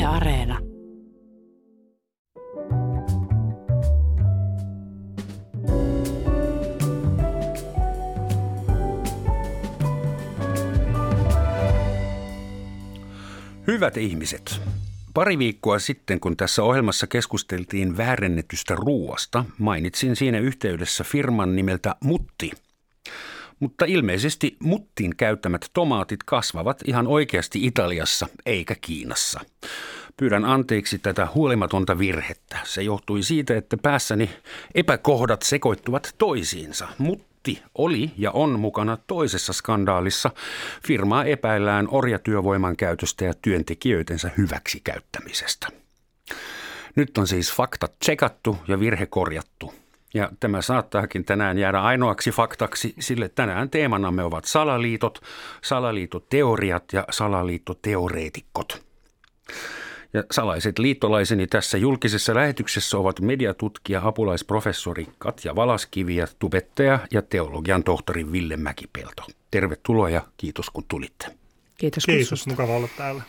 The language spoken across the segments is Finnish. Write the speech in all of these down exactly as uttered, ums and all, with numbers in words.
Areena. Hyvät ihmiset, pari viikkoa sitten, kun tässä ohjelmassa keskusteltiin väärennetystä ruuasta, mainitsin siinä yhteydessä firman nimeltä Mutti. Mutta ilmeisesti Muttin käyttämät tomaatit kasvavat ihan oikeasti Italiassa eikä Kiinassa. Pyydän anteeksi tätä huolimatonta virhettä. Se johtui siitä, että päässäni epäkohdat sekoittuvat toisiinsa. Mutti oli ja on mukana toisessa skandaalissa. Firmaa epäillään orjatyövoiman käytöstä ja työntekijöidensä hyväksikäyttämisestä. Nyt on siis faktat tsekattu ja virhe korjattu. Ja tämä saattaakin tänään jäädä ainoaksi faktaksi, sillä tänään teemanamme ovat salaliitot, salaliittoteoriat ja salaliittoteoreetikot. Ja salaiset liittolaiseni tässä julkisessa lähetyksessä ovat mediatutkija, apulaisprofessori Katja Valaskivi ja tubettaja ja teologian tohtori Ville Mäkipelto. Tervetuloa ja kiitos kun tulitte. Kiitos. Kiitos, mukava olla täällä.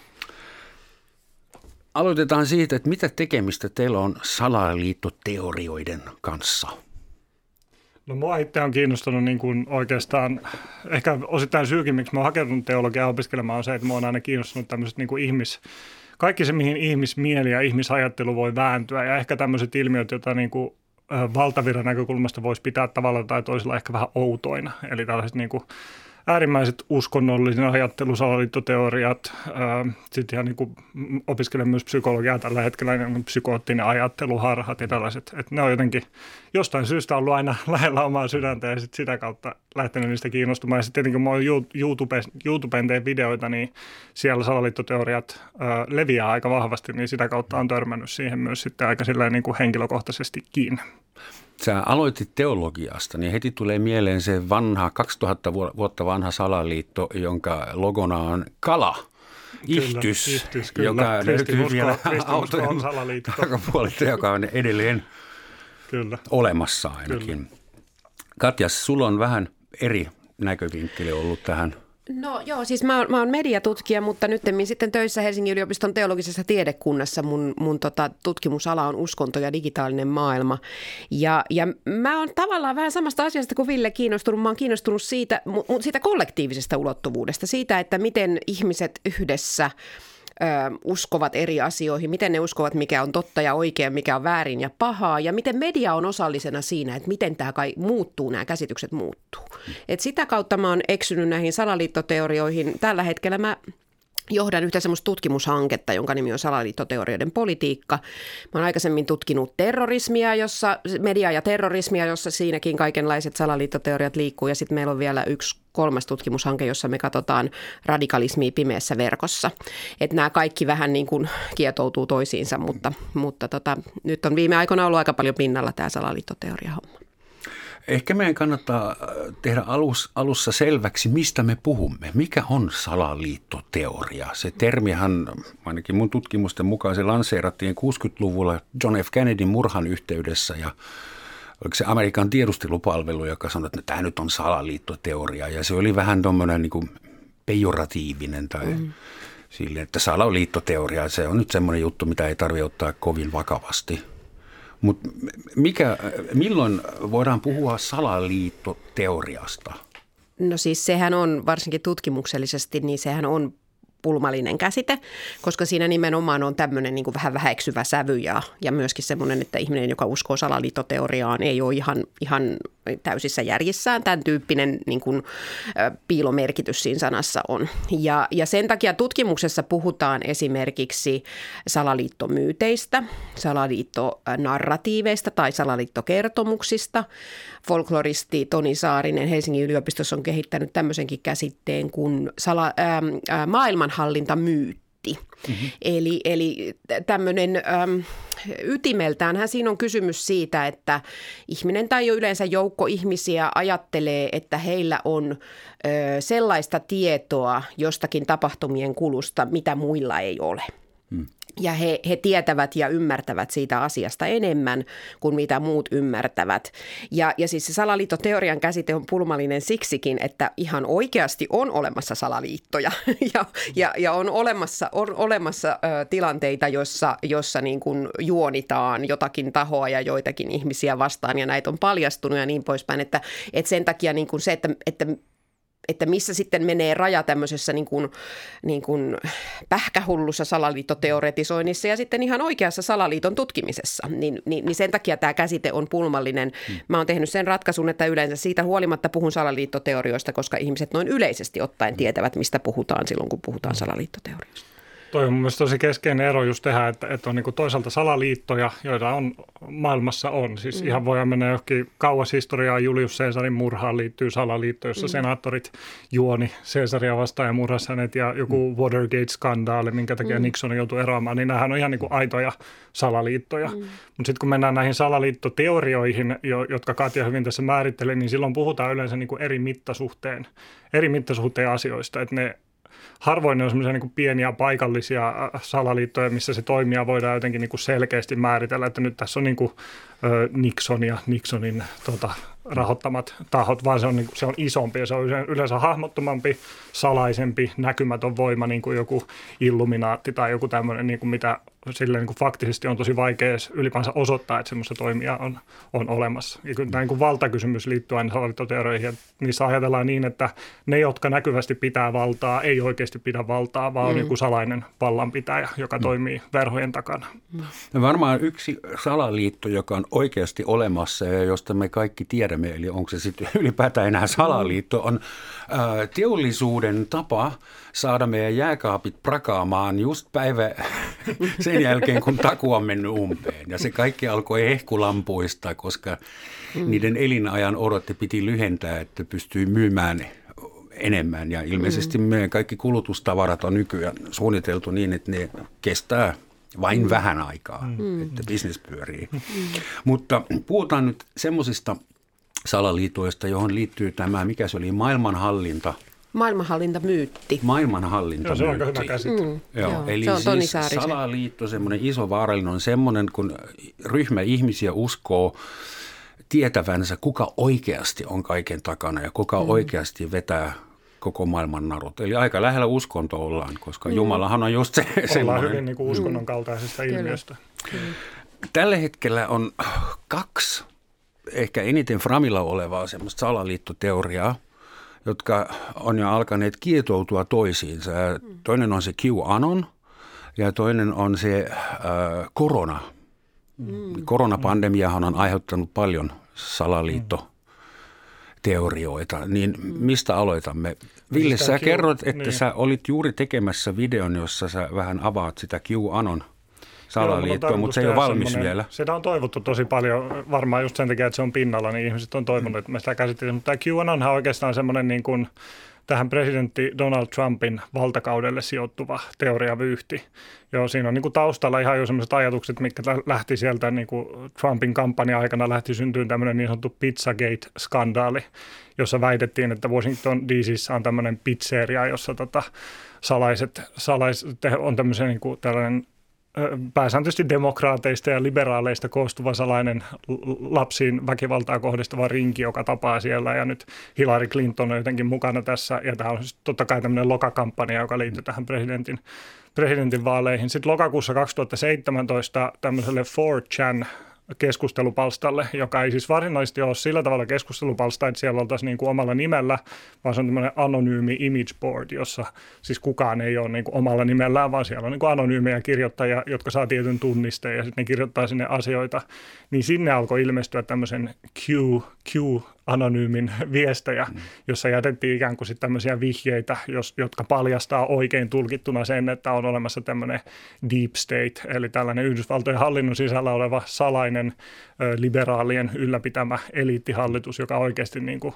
Aloitetaan siitä, että mitä tekemistä teillä on salaliittoteorioiden kanssa? No mua itse on kiinnostunut niin kuin oikeastaan, ehkä osittain syykin, miksi mä oon hakenut teologiaa opiskelemaan, on se, että mä oon aina kiinnostunut tämmöiset niin kuin ihmis, kaikki se, mihin ihmismieli ja ihmisajattelu voi vääntyä ja ehkä tämmöiset ilmiöt, joita niin kuin valtavirran näkökulmasta voisi pitää tavalla tai toisella ehkä vähän outoina, eli tällaiset niin kuin äärimmäiset uskonnollisen ajattelu, salaliittoteoriat, sitten ihan niin kuin opiskelen myös psykologiaa tällä hetkellä, niin psykoottinen ajattelu, harhat ja tällaiset. Että ne on jotenkin jostain syystä ollut aina lähellä omaa sydäntä ja sit sitä kautta lähtenyt niistä kiinnostumaan. Ja sitten tietenkin kun mä YouTube, YouTubeen teen videoita, niin siellä salaliittoteoriat ää, leviää aika vahvasti, niin sitä kautta on törmännyt siihen myös sitten aika silleen niin kuin henkilökohtaisestikin. Sä aloitit teologiasta, niin heti tulee mieleen se vanha, kaksituhatta vuotta vanha salaliitto, jonka logona on kala, kyllä, ihtys, ihtys kyllä. joka löytyy vielä autojen takapuolelta, joka on edelleen kyllä. olemassa ainakin. Kyllä. Katja, sulla on vähän eri näkövinkkeli ollut tähän. No joo, siis mä oon, mä oon mediatutkija, mutta nyttemmin sitten töissä Helsingin yliopiston teologisessa tiedekunnassa. Mun, mun tota, tutkimusala on uskonto ja digitaalinen maailma. Ja, ja mä oon tavallaan vähän samasta asiasta kuin Ville kiinnostunut. Mä oon kiinnostunut siitä, siitä kollektiivisesta ulottuvuudesta, siitä, että miten ihmiset yhdessä Ö, uskovat eri asioihin, miten ne uskovat, mikä on totta ja oikea, mikä on väärin ja pahaa, ja miten media on osallisena siinä, että miten tämä kai muuttuu, nämä käsitykset muuttuu. Et sitä kautta mä oon eksynyt näihin salaliittoteorioihin. Tällä hetkellä mä johdan yhtä semmoista tutkimushanketta, jonka nimi on salaliittoteorioiden politiikka. Mä oon aikaisemmin tutkinut terrorismia, jossa, mediaa ja terrorismia, jossa siinäkin kaikenlaiset salaliittoteoriat liikkuu. Ja sitten meillä on vielä yksi kolmas tutkimushanke, jossa me katsotaan radikalismia pimeässä verkossa. Että nämä kaikki vähän niin kuin kietoutuu toisiinsa, mutta, mutta tota, nyt on viime aikoina ollut aika paljon pinnalla tämä salaliittoteoria-homma. Ehkä meidän kannattaa tehdä alus, alussa selväksi, mistä me puhumme. Mikä on salaliittoteoria? Se termihän, ainakin mun tutkimusten mukaan, se lanseerattiin kuusikymmentäluvulla John F. Kennedyn murhan yhteydessä. Ja oliko se Amerikan tiedustelupalvelu, joka sanoi, että tämä nyt on salaliittoteoria. Ja se oli vähän tuommoinen niin kuin pejoratiivinen tai mm. silleen, että salaliittoteoria, se on nyt semmoinen juttu, mitä ei tarvitse ottaa kovin vakavasti. Mutta mikä, milloin voidaan puhua salaliittoteoriasta? No siis sehän on, varsinkin tutkimuksellisesti, niin sehän on pulmallinen käsite, koska siinä nimenomaan on tämmöinen niin kuin vähän väheksyvä sävy ja, ja myöskin semmoinen, että ihminen, joka uskoo salaliittoteoriaan, ei ole ihan, ihan täysissä järjissään. Tämän tyyppinen niin kuin, ä, piilomerkitys siinä sanassa on. Ja, ja sen takia tutkimuksessa puhutaan esimerkiksi salaliittomyyteistä, salaliittonarratiiveista tai salaliittokertomuksista. Folkloristi Toni Saarinen Helsingin yliopistossa on kehittänyt tämmöisenkin käsitteen kuin sala, ää, ää, maailmanhallintamyytti. Mm-hmm. Eli, eli tämmöinen äm, ytimeltäänhän siinä on kysymys siitä, että ihminen tai jo yleensä joukko ihmisiä ajattelee, että heillä on ö, sellaista tietoa jostakin tapahtumien kulusta, mitä muilla ei ole. Hmm. Ja he, he tietävät ja ymmärtävät siitä asiasta enemmän kuin mitä muut ymmärtävät. Ja, ja siis se salaliittoteorian käsite on pulmallinen siksikin, että ihan oikeasti on olemassa salaliittoja ja, ja, ja on olemassa, on olemassa ö, tilanteita, jossa, jossa niin kuin juonitaan jotakin tahoa ja joitakin ihmisiä vastaan ja näitä on paljastunut ja niin poispäin. Että, että sen takia niin kuin se, että, että että missä sitten menee raja tämmöisessä niin kuin, niin kuin pähkähullussa salaliittoteoretisoinnissa ja sitten ihan oikeassa salaliiton tutkimisessa, niin, niin, niin sen takia tämä käsite on pulmallinen. Hmm. Mä oon tehnyt sen ratkaisun, että yleensä siitä huolimatta puhun salaliittoteorioista, koska ihmiset noin yleisesti ottaen tietävät, mistä puhutaan silloin, kun puhutaan salaliittoteorioista. Toi on mun mielestä tosi keskeinen ero just tehdä, että, että on niin toisaalta salaliittoja, joita on maailmassa on. Siis mm. ihan voidaan mennä johonkin kauas historiaan. Julius Caesarin murhaan liittyy salaliitto, jossa mm. senaattorit juoni Caesaria vastaan ja murhasi hänet ja joku mm. Watergate-skandaali, minkä takia mm. Nixon joutui eroamaan, niin nämähän on ihan niin kuin aitoja salaliittoja. Mm. Mutta sitten kun mennään näihin salaliittoteorioihin, jotka Katja hyvin tässä määritteli, niin silloin puhutaan yleensä niin kuin eri mittasuhteen, eri mittasuhteen asioista, että ne harvoin ne on semmoisia niin kuin pieniä paikallisia salaliittoja, missä se toimija voidaan jotenkin niin kuin selkeästi määritellä, että nyt tässä on niin kuin Nixon ja Nixonin tota, rahoittamat tahot, vaan se on, niin kuin, se on isompi ja se on yleensä hahmottomampi, salaisempi, näkymätön voima, niin kuin joku illuminaatti tai joku tämmöinen, niin kuin mitä silleen niin kuin faktisesti on tosi vaikea ylipäänsä osoittaa, että semmoista toimijaa on, on olemassa. Ja kyllä tämä niin kuin valtakysymys liittyy aina salaliittoteorioihin, että niissä ajatellaan niin, että ne, jotka näkyvästi pitää valtaa, ei oikeasti pidä valtaa, vaan mm. on joku salainen vallanpitäjä, joka mm. toimii verhojen takana. No varmaan yksi salaliitto, joka on oikeasti olemassa ja josta me kaikki tiedämme, eli onko se sitten ylipäätään enää salaliitto, on ää, teollisuuden tapa saada meidän jääkaapit prakaamaan just päivä sen jälkeen, kun taku on mennyt umpeen. Ja se kaikki alkoi hehkulampuista, koska mm. niiden elinajan odotte piti lyhentää, että pystyy myymään enemmän. Ja ilmeisesti mm. meidän kaikki kulutustavarat on nykyään suunniteltu niin, että ne kestää vain mm. vähän aikaa, mm. että bisnes pyörii. Mm. Mutta puhutaan nyt semmoisista salaliitoista, johon liittyy tämä, mikä se oli, maailmanhallinta. Maailmanhallintamyytti. Maailmanhallintamyytti. Joo, se on aika hyvä käsite. Mm, joo, joo, eli se on siis salaliitto, semmoinen iso vaarallinen on semmoinen, kun ryhmä ihmisiä uskoo tietävänsä, kuka oikeasti on kaiken takana ja kuka mm. oikeasti vetää koko maailman narut. Eli aika lähellä uskonto ollaan, koska mm. Jumalahan on just se ollaan semmoinen. Ollaan hyvin niin kuin uskonnon kaltaisesta mm. ilmiöstä. Kyllä. Tällä hetkellä on kaksi ehkä eniten framilla olevaa semmoista salaliittoteoriaa, jotka on jo alkaneet kietoutua toisiinsa. Toinen on se QAnon ja toinen on se äh, korona. Mm. Koronapandemiahan on aiheuttanut paljon salaliittoteorioita. Niin mistä aloitamme? Ville, sä Q... kerrot, että niin. sä olit juuri tekemässä videon, jossa sä vähän avaat sitä QAnon salaliittoa, mutta se ei ole valmis vielä. Sitä on toivottu tosi paljon, varmaan just sen takia, että se on pinnalla, niin ihmiset on toivonut, että me sitä käsitellään. Mutta tämä QAnon on oikeastaan semmoinen niin kuin tähän presidentti Donald Trumpin valtakaudelle sijoittuva teoriavyyhti. Joo, siinä on niin kuin taustalla ihan jo sellaiset ajatukset, mitkä lähti sieltä niin kuin Trumpin kampanja-aikana lähti syntyyn tämmöinen niin sanottu Pizzagate-skandaali, jossa väitettiin, että Washington D C:ssä on tämmöinen pizzeria, jossa tota salaiset, salaiset on tämmöisen niin kuin tällainen pääsääntöisesti demokraateista ja liberaaleista koostuva salainen lapsiin väkivaltaa kohdistava rinki, joka tapaa siellä. Ja nyt Hillary Clinton on jotenkin mukana tässä. Ja tämä on siis totta kai tämmöinen lokakampanja, joka liittyy tähän presidentin, presidentin vaaleihin. Sitten lokakuussa kaksituhattaseitsemäntoista tämmöiselle four chan keskustelupalstalle, joka ei siis varsinaisesti ole sillä tavalla keskustelupalsta, että siellä oltaisiin niin kuin omalla nimellä, vaan se on tämmöinen anonyymi image board, jossa siis kukaan ei ole niin kuin omalla nimellään, vaan siellä on niin kuin anonyymejä kirjoittajia, jotka saa tietyn tunnisteen ja sitten ne kirjoittaa sinne asioita. Niin sinne alkoi ilmestyä tämmöisen Q, Q anonyymin viestejä, mm. jossa jätettiin ikään kuin sitten tämmöisiä vihjeitä, jos, jotka paljastaa oikein tulkittuna sen, että on olemassa tämmöinen deep state, eli tällainen Yhdysvaltojen hallinnon sisällä oleva salainen ö, liberaalien ylläpitämä eliittihallitus, joka oikeasti niin kuin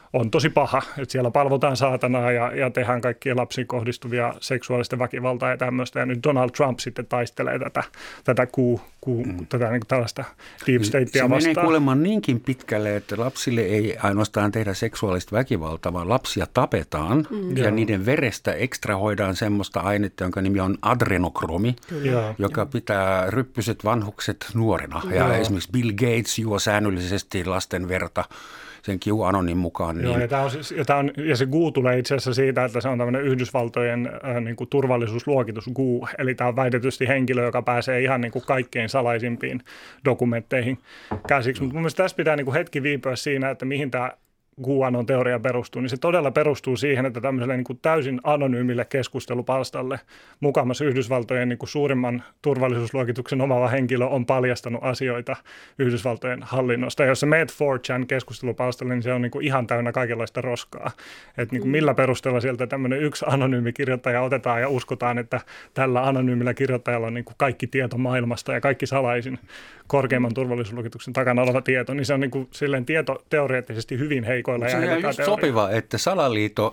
on tosi paha, että siellä palvotaan saatanaa ja, ja tehdään kaikkia lapsiin kohdistuvia seksuaalista väkivaltaa ja tämmöistä. Ja nyt Donald Trump sitten taistelee tätä, tätä, kuu, kuu, mm. tätä niin kuin tällaista deep statea vastaan. Se menee kuulemaan niinkin pitkälle, että lapsille ei ainoastaan tehdä seksuaalista väkivaltaa, vaan lapsia tapetaan mm. ja Joo. niiden verestä ekstrahoidaan semmoista ainetta, jonka nimi on adrenokromi, Kyllä. joka pitää ryppyset vanhukset nuorena. Ja Joo. esimerkiksi Bill Gates juo säännöllisesti lasten verta sen Q-anonin mukaan. Niin... Joo, ja, tämä on siis, ja, tämä on, ja se G U tulee itse asiassa siitä, että se on tämmöinen Yhdysvaltojen äh, niin kuin turvallisuusluokitus G U, eli tämä on väitetysti henkilö, joka pääsee ihan niin kuin kaikkein salaisimpiin dokumentteihin käsiksi. Mutta mun mielestä tässä pitää niin kuin hetki viipyä siinä, että mihin tämä QAnon teoria perustuu, niin se todella perustuu siihen, että tämmöiselle niin kuin täysin anonyymille keskustelupalstalle mukamassa Yhdysvaltojen niin kuin suurimman turvallisuusluokituksen omaava henkilö on paljastanut asioita Yhdysvaltojen hallinnosta. Ja jos sä meet four chan keskustelupalstalle, niin se on niin kuin ihan täynnä kaikenlaista roskaa. Että niin kuin millä perusteella sieltä tämmöinen yksi anonyymi kirjoittaja otetaan ja uskotaan, että tällä anonyymillä kirjoittajalla on niin kuin kaikki tieto maailmasta ja kaikki salaisin korkeimman turvallisuusluokituksen takana oleva tieto, niin se on niin kuin silleen tieto teoreettisesti hyvin heikko. Se on just sopiva, että salaliitto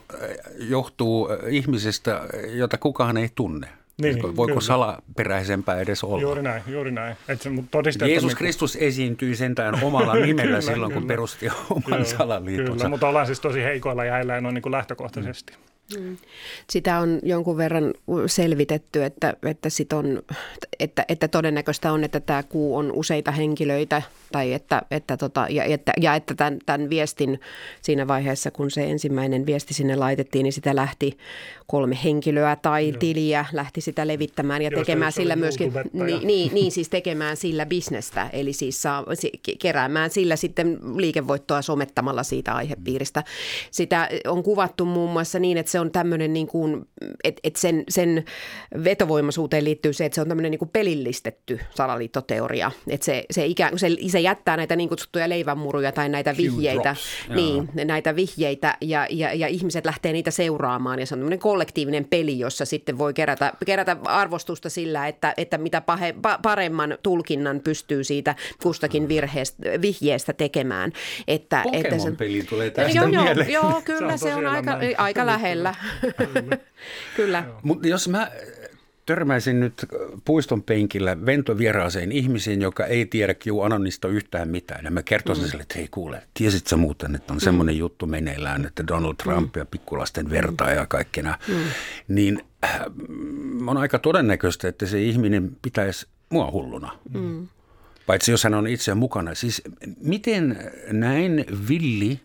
johtuu ihmisestä, jota kukaan ei tunne. Niin, voiko kyllä. salaperäisempää edes olla? Juuri näin, juuri näin. Se, Jeesus on Kristus niin... esiintyi sentään omalla nimellä kyllä, silloin, kyllä. kun perusti oman kyllä, salaliitonsa. Kyllä, mutta ollaan siis tosi heikoilla jäillä noin niin kuin lähtökohtaisesti. Mm. Sitä on jonkun verran selvitetty, että, että, sit on, että, että todennäköistä on, että tämä kuu on useita henkilöitä tai että, että tota, ja, että, ja että tämän, tämän viestin siinä vaiheessa, kun se ensimmäinen viesti sinne laitettiin, niin sitä lähti kolme henkilöä tai Joo. tiliä lähti sitä levittämään ja Joo, tekemään se, sillä myöskin, niin, niin, niin siis tekemään sillä bisnestä, eli siis saa, keräämään sillä sitten liikevoittoa somettamalla siitä aihepiiristä. Sitä on kuvattu muun muassa niin, että se on tämmöinen, niin kuin, että, että sen, sen vetovoimaisuuteen liittyy se, että se on tämmöinen niin kuin pelillistetty salaliittoteoria. Että se, se, ikään, se, se jättää näitä niin kutsuttuja leivänmuruja tai näitä vihjeitä, niin, näitä vihjeitä ja, ja, ja ihmiset lähtee niitä seuraamaan. Ja se on tämmöinen kollektiivinen peli, jossa sitten voi kerätä, kerätä arvostusta sillä, että, että mitä pahe, pa, paremman tulkinnan pystyy siitä kustakin virheestä, vihjeestä tekemään. Että, että se, peli tulee tästä joo, mieleen. Joo, joo, kyllä se on, se on aika, aika lähellä. Kyllä. Mutta jos mä törmäisin nyt puiston penkillä ventovieraaseen ihmisiin, joka ei tiedä QAnonista yhtään mitään. Ja mä kertoisin mm. sille, että hei kuule, tiesit sä muuten, että on mm. semmoinen juttu meneillään, että Donald Trump mm. ja pikkulasten vertaa ja kaikki nämä. Mm. Niin äh, on aika todennäköistä, että se ihminen pitäisi mua hulluna. Mm. Paitsi jos hän on itse mukana. Siis miten näin villi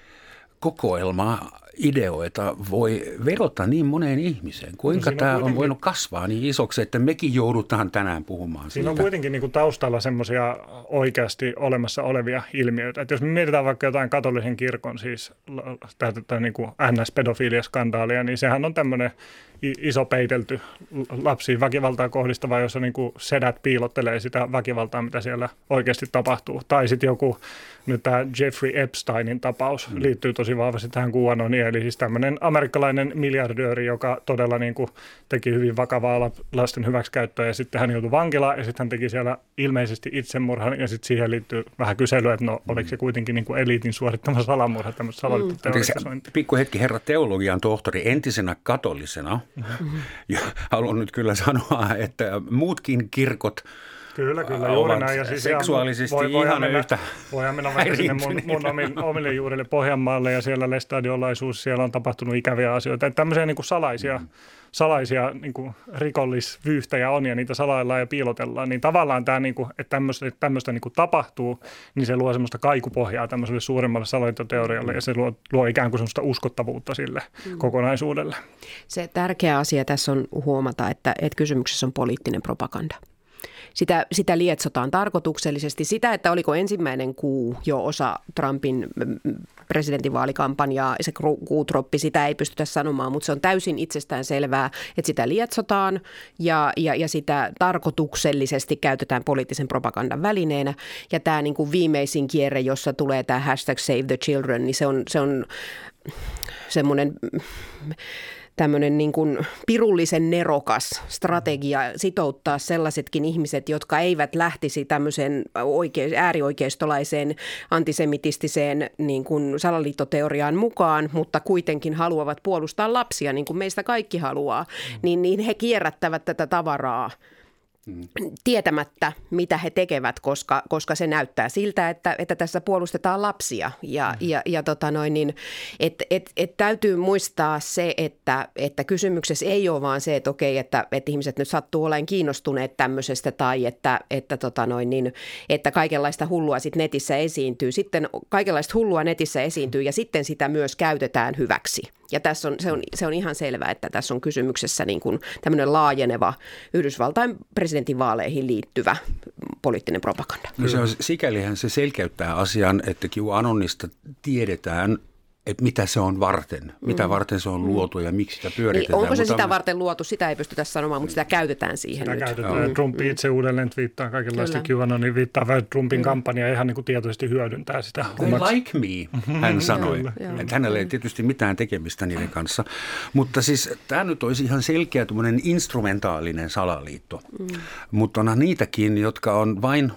kokoelma ideoita voi vedota niin moneen ihmiseen? Kuinka no tämä on, on voinut kasvaa niin isoksi, että mekin joudutaan tänään puhumaan siitä? Siinä on kuitenkin niin kuin taustalla semmoisia oikeasti olemassa olevia ilmiöitä. Että jos me mietitään vaikka jotain katolisen kirkon siis tätä niin kuin N S-pedofiiliaskandaalia, niin sehän on tämmöinen iso peitelty lapsiin väkivaltaa kohdistava, jossa niin kuin sedät piilottelee sitä väkivaltaa, mitä siellä oikeasti tapahtuu. Tai sitten joku, nyt tämä Jeffrey Epsteinin tapaus mm. liittyy tosi vahvasti tähän QAnoniin, eli siis tämmöinen amerikkalainen miljardööri, joka todella niin kuin teki hyvin vakavaa lasten hyväksikäyttöä, ja sitten hän joutui vankilaan, ja sitten hän teki siellä ilmeisesti itsemurhan, ja sitten siihen liittyy vähän kyselyä, että no oliko se kuitenkin niin kuin eliitin suorittama salamurha, tämmöistä salaliittoteorisointia. Mm. Pikku hetki, herra teologian tohtori, entisenä katolisena, mm-hmm. ja haluan nyt kyllä sanoa, että muutkin kirkot Kyllä, kyllä, juuri näin. Ja siis seksuaalisesti voi, voi ihan mennä, yhtä voidaan mennä vaikka sinne mun, mun omille, omille juurille Pohjanmaalle ja siellä lestadiolaisuus, siellä on tapahtunut ikäviä asioita. Että tämmöisiä niin kuin salaisia, mm. salaisia niin kuin rikollisvyyhtejä on ja niitä salaillaan ja piilotellaan. Niin tavallaan tämä, niin kuin, että tämmöistä, tämmöistä niin kuin tapahtuu, niin se luo semmoista kaikupohjaa tämmöiselle suuremmalle salaliittoteorialle ja se luo, luo ikään kuin semmoista uskottavuutta sille mm. kokonaisuudelle. Se tärkeä asia tässä on huomata, että, että kysymyksessä on poliittinen propaganda. Sitä, sitä lietsotaan tarkoituksellisesti. Sitä, että oliko ensimmäinen kuu jo osa Trumpin presidentinvaalikampanjaa, se kuutroppi, sitä ei pystytä sanomaan, mutta se on täysin itsestään selvää, että sitä lietsotaan ja, ja, ja sitä tarkoituksellisesti käytetään poliittisen propagandan välineenä. Ja tämä niin kuin viimeisin kierre, jossa tulee tämä hashtag Save the Children, niin se on, se on semmoinen tämmöinen niin kuin pirullisen nerokas strategia sitouttaa sellaisetkin ihmiset, jotka eivät lähtisi tämmöiseen oike- äärioikeistolaiseen antisemitistiseen niin kuin salaliittoteoriaan mukaan, mutta kuitenkin haluavat puolustaa lapsia, niin kuin meistä kaikki haluaa, mm. niin, niin he kierrättävät tätä tavaraa Mm. tietämättä, mitä he tekevät, koska, koska se näyttää siltä, että, että tässä puolustetaan lapsia. Ja, mm. ja, ja tota noin, niin, et, et, et täytyy muistaa se, että, että kysymyksessä ei ole vaan se, että okei, että, että ihmiset nyt sattuu olemaan kiinnostuneet tämmöisestä tai että, että, tota noin, niin, että kaikenlaista hullua sitten netissä esiintyy. Sitten kaikenlaista hullua netissä esiintyy ja sitten sitä myös käytetään hyväksi. Ja tässä on, se, on, se on ihan selvää, että tässä on kysymyksessä niin kuin tämmöinen laajeneva Yhdysvaltain presidentinvaaleihin liittyvä poliittinen propaganda. No se on, sikälihän se selkeyttää asian, että QAnonista tiedetään, että mitä se on varten, mitä varten se on luotu ja miksi sitä pyöritetään. Niin, onko se mutta sitä varten luotu, sitä ei pystytä sanomaan, mutta sitä käytetään siihen sitä nyt. Käytetään. Mm. Trump itse uudelleen twiittaa kaikenlaista QAnonia, viittaa vähän Trumpin mm. kampanjaa ihan niin kuin tietoisesti hyödyntää sitä. They like me, hän sanoi. Että hänellä ei tietysti mitään tekemistä niiden kanssa. Mutta siis tämä nyt olisi ihan selkeä tuommoinen instrumentaalinen salaliitto. Mm. Mutta onhan niitäkin, jotka on vain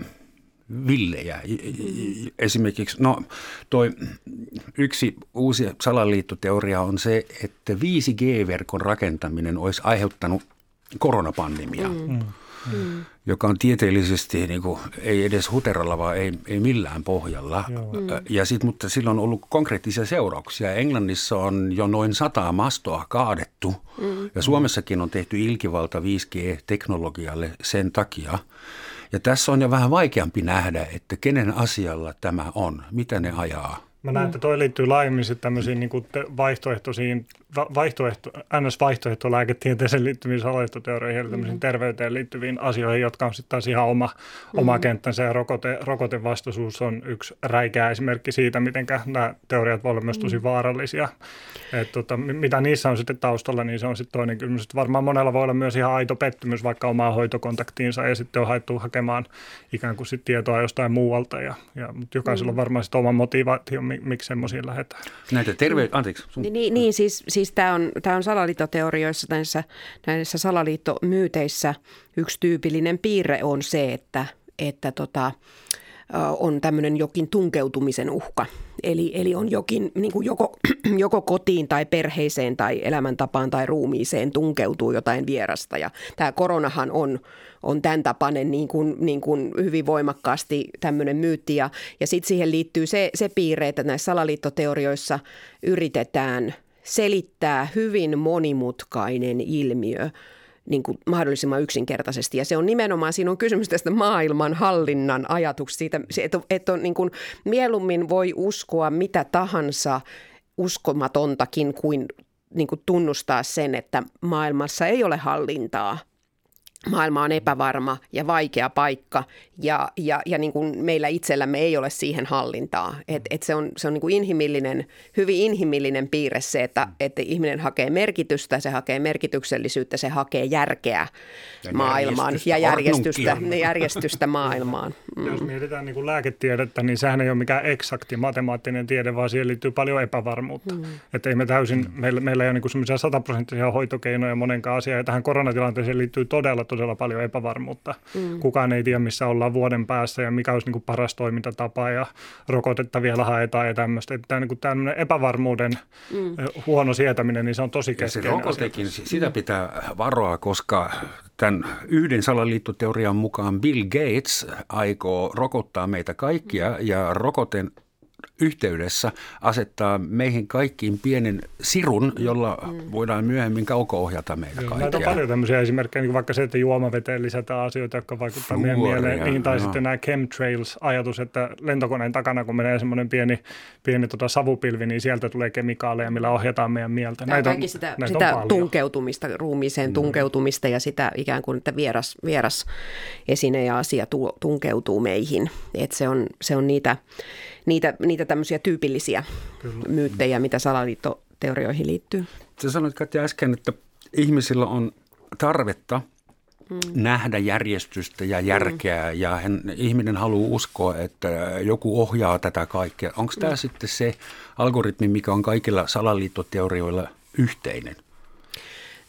villejä. Esimerkiksi, no toi yksi uusi salaliittoteoria on se, että viisi G-verkon rakentaminen olisi aiheuttanut koronapandemia, mm. Mm. joka on tieteellisesti niin kuin, ei edes huteralla, vaan ei, ei millään pohjalla. Mm. Ja sit, mutta sillä on ollut konkreettisia seurauksia. Englannissa on jo noin sata mastoa kaadettu mm. ja Suomessakin on tehty ilkivalta viisi G-teknologialle sen takia. Ja tässä on jo vähän vaikeampi nähdä, että kenen asialla tämä on, mitä ne ajaa. Mä näen, että toi liittyy laajemmin sitten tämmöisiin niin kuin vaihtoehtoisiin, vaihtoehto, N S-vaihtoehtolääketieteeseen liittyviin salaliittoteorioihin ja tämmöisiin terveyteen liittyviin asioihin, jotka on sitten taas ihan oma, mm. oma kenttänsä. Ja rokote, rokotevastaisuus on yksi räikeä esimerkki siitä, miten nämä teoriat voi olla myös tosi vaarallisia. Et tota, mitä niissä on sitten taustalla, niin se on sitten toinen kysymys. Varmaan monella voi olla myös ihan aito pettymys vaikka omaan hoitokontaktiinsa ja sitten on haettu hakemaan ikään kuin sit tietoa jostain muualta. Ja, ja, mutta jokaisella on varmaan sitten oma motivaatio, miksi semmoisiin lähdetään. Näitä terve... Anteeksi. Sun... Niin, niin, siis, siis tämä on, tää on salaliittoteorioissa, näissä, näissä salaliittomyyteissä yksi tyypillinen piirre on se, että, että tota, on tämmöinen jokin tunkeutumisen uhka. Eli, eli on jokin, niin kuin joko, joko kotiin tai perheeseen tai elämäntapaan tai ruumiiseen tunkeutuu jotain vierasta. Ja tämä koronahan on, on tämän tapainen niin kuin, niin kuin hyvin voimakkaasti tämmöinen myytti. Ja, ja sitten siihen liittyy se, se piirre, että näissä salaliittoteorioissa yritetään selittää hyvin monimutkainen ilmiö niin kuin mahdollisimman yksinkertaisesti. Ja se on nimenomaan, siinä on kysymys tästä maailman hallinnan ajatuksesta, siitä, että on, niin kuin, mieluummin voi uskoa mitä tahansa uskomatontakin kuin, niin kuin tunnustaa sen, että maailmassa ei ole hallintaa. Maailma on epävarma ja vaikea paikka ja, ja, ja niin kuin meillä itsellämme ei ole siihen hallintaa. Et, et se on, se on niin kuin inhimillinen, hyvin inhimillinen piirre se, että, että ihminen hakee merkitystä, se hakee merkityksellisyyttä, se hakee järkeä ja maailmaan järjestystä, ja järjestystä, järjestystä maailmaan. Mm. Jos mietitään niin kuin lääketiedettä, niin sehän ei ole mikään eksakti matemaattinen tiede, vaan siihen liittyy paljon epävarmuutta. Mm. Että ei me täysin, meillä, meillä ei ole niin kuin semmoisia sataprosenttisia hoitokeinoja monenkaan asiaan ja tähän koronatilanteeseen liittyy todella todella paljon epävarmuutta. Mm. Kukaan ei tiedä, missä ollaan vuoden päässä ja mikä olisi niin kuin paras toimintatapa ja rokotetta vielä haetaan ja tämmöistä. Että niin kuin tämmöinen epävarmuuden mm. huono sietäminen, niin se on tosi keskeinen. Ja se rokotekin, asia. Sitä pitää varoa, koska tämän yhden salaliittoteorian mukaan Bill Gates aikoo rokottaa meitä kaikkia ja rokoten yhteydessä asettaa meihin kaikkiin pienen sirun, jolla mm. voidaan myöhemmin kauko-ohjata meitä kaikkia. Näitä on paljon tämmöisiä esimerkkejä, niin vaikka se, että juomaveteen lisätään asioita, jotka vaikuttavat meidän mieleen. Niin, tai no. sitten nämä chemtrails-ajatus, että lentokoneen takana, kun menee semmoinen pieni, pieni tota savupilvi, niin sieltä tulee kemikaaleja, millä ohjataan meidän mieltä. Näitä on, sitä, näitä sitä on tunkeutumista, ruumiiseen mm. tunkeutumista ja sitä ikään kuin, että vieras, vieras esine ja asia tu, tunkeutuu meihin. Että se on, se on niitä... Niitä, niitä tämmöisiä tyypillisiä Kyllä. myyttejä, mitä salaliittoteorioihin liittyy. Sä sanoit, Katja, äsken, että ihmisillä on tarvetta mm. nähdä järjestystä ja järkeä mm. ja hän, ihminen haluaa uskoa, että joku ohjaa tätä kaikkea. Onko tämä mm. sitten se algoritmi, mikä on kaikilla salaliittoteorioilla yhteinen?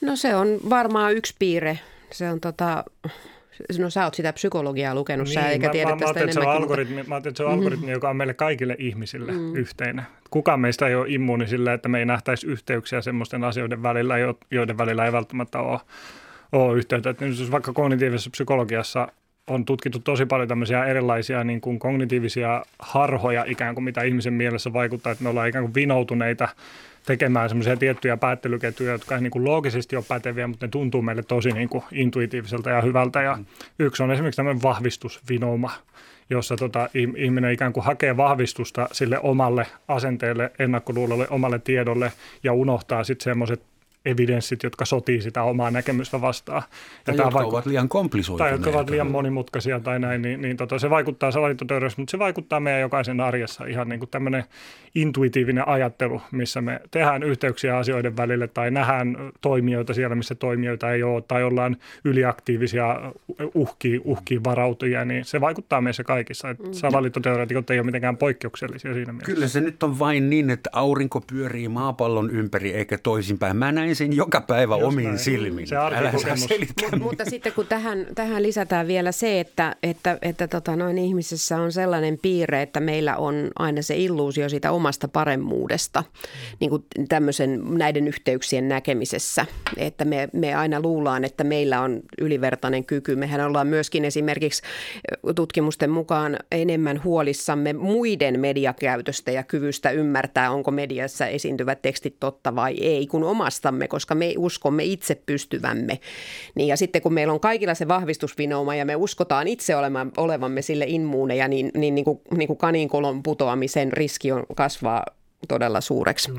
No se on varmaan yksi piirre. Se on tota... No sä oot sitä psykologiaa lukenut, niin, sä eikä mä, tiedä mä, tästä mä enemmänkin. Algoritmi, mutta... Mä ajattelin, että se on algoritmi, mm-hmm. joka on meille kaikille ihmisille mm-hmm. yhteinen. Kukaan meistä ei ole immuuni sillä, että me ei nähtäisi yhteyksiä semmoisten asioiden välillä, joiden välillä ei välttämättä ole, ole yhteyttä. Että jos vaikka kognitiivisessa psykologiassa on tutkittu tosi paljon tämmöisiä erilaisia niin kuin kognitiivisia harhoja ikään kuin, mitä ihmisen mielessä vaikuttaa, että me ollaan ikään kuin vinoutuneita tekemään semmoisia tiettyjä päättelyketjuja, jotka ei niin kuin loogisesti ole päteviä, mutta ne tuntuu meille tosi niin kuin intuitiiviselta ja hyvältä. Ja yksi on esimerkiksi tämmöinen vahvistusvinouma, jossa tota, ihminen ikään kuin hakee vahvistusta sille omalle asenteelle, ennakkoluulolle, omalle tiedolle ja unohtaa sitten semmoiset evidenssit, jotka sotii sitä omaa näkemystä vastaan. Tai jotka vaiku- ovat liian komplisoituneita. Tai jotka ovat liian monimutkaisia tai näin, niin, niin tota, se vaikuttaa salaliittoteoriassa, mutta se vaikuttaa meidän jokaisen arjessa ihan niin kuin tämmöinen intuitiivinen ajattelu, missä me tehdään yhteyksiä asioiden välille tai nähdään toimijoita siellä, missä toimijoita ei ole, tai ollaan yliaktiivisia uhkiin, uhkiin varautujia, niin se vaikuttaa meissä kaikissa. Et salaliittoteoreetikot ei ole mitenkään poikkeuksellisia siinä mielessä. Kyllä se nyt on vain niin, että aurinko pyörii maapallon ympäri eikä toisinpäin. Mä näin sen joka päivä Jos omiin näin. silmiin. Se Älä Mut, mutta sitten kun tähän, tähän lisätään vielä se, että, että, että tota, noin ihmisessä on sellainen piirre, että meillä on aina se illuusio siitä omasta paremmuudesta niin kuin tämmöisen näiden yhteyksien näkemisessä, että me, me aina luullaan, että meillä on ylivertainen kyky. Mehän ollaan myöskin esimerkiksi tutkimusten mukaan enemmän huolissamme muiden mediakäytöstä ja kyvystä ymmärtää, onko mediassa esiintyvät tekstit totta vai ei, kun omastamme, koska me uskomme itse pystyvämme. Niin ja sitten kun meillä on kaikilla se vahvistusvinouma ja me uskotaan itse olevamme sille immuuneja, niin, niin, niin, kuin, niin kuin kaninkolon putoamisen riski on, kasvaa todella suureksi.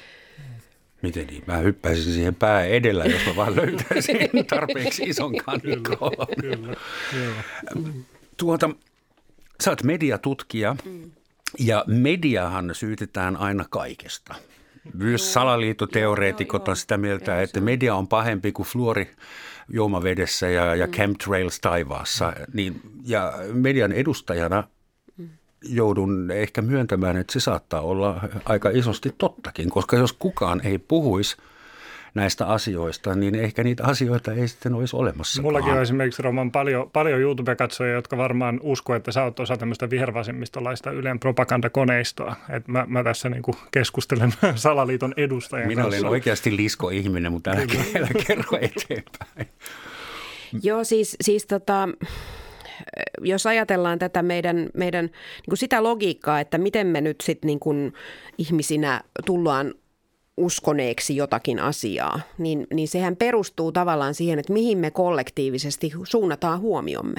Miten niin? Mä hyppäisin siihen pää edellä, jos mä vaan löytäisin tarpeeksi ison kanikolon. Kyllä, kyllä. Tuota, sä oot mediatutkija ja mediahan syytetään aina kaikesta. Myös salaliittoteoreetikot on sitä mieltä, että media on pahempi kuin fluori juomavedessä ja, ja chemtrails taivaassa. Niin, ja median edustajana joudun ehkä myöntämään, että se saattaa olla aika isosti tottakin, koska jos kukaan ei puhuisi näistä asioista, niin ehkä niitä asioita ei sitten olisi olemassa. Mullakin on esimerkiksi, Roman, paljon, paljon YouTube-katsojia, jotka varmaan uskoo, että sä oot osa tämmöistä vihervasemmistolaista Ylen propagandakoneistoa. Että mä, mä tässä niin kuin keskustelen salaliiton edustajan Minä kanssa. olen oikeasti lisko-ihminen, mutta älä, älä kerro eteenpäin. Joo, siis, siis tota... Jos ajatellaan tätä meidän, meidän niin kuin sitä logiikkaa, että miten me nyt sitten niin kuin ihmisinä tullaan uskoneeksi jotakin asiaa, niin, niin sehän perustuu tavallaan siihen, että mihin me kollektiivisesti suunnataan huomiomme.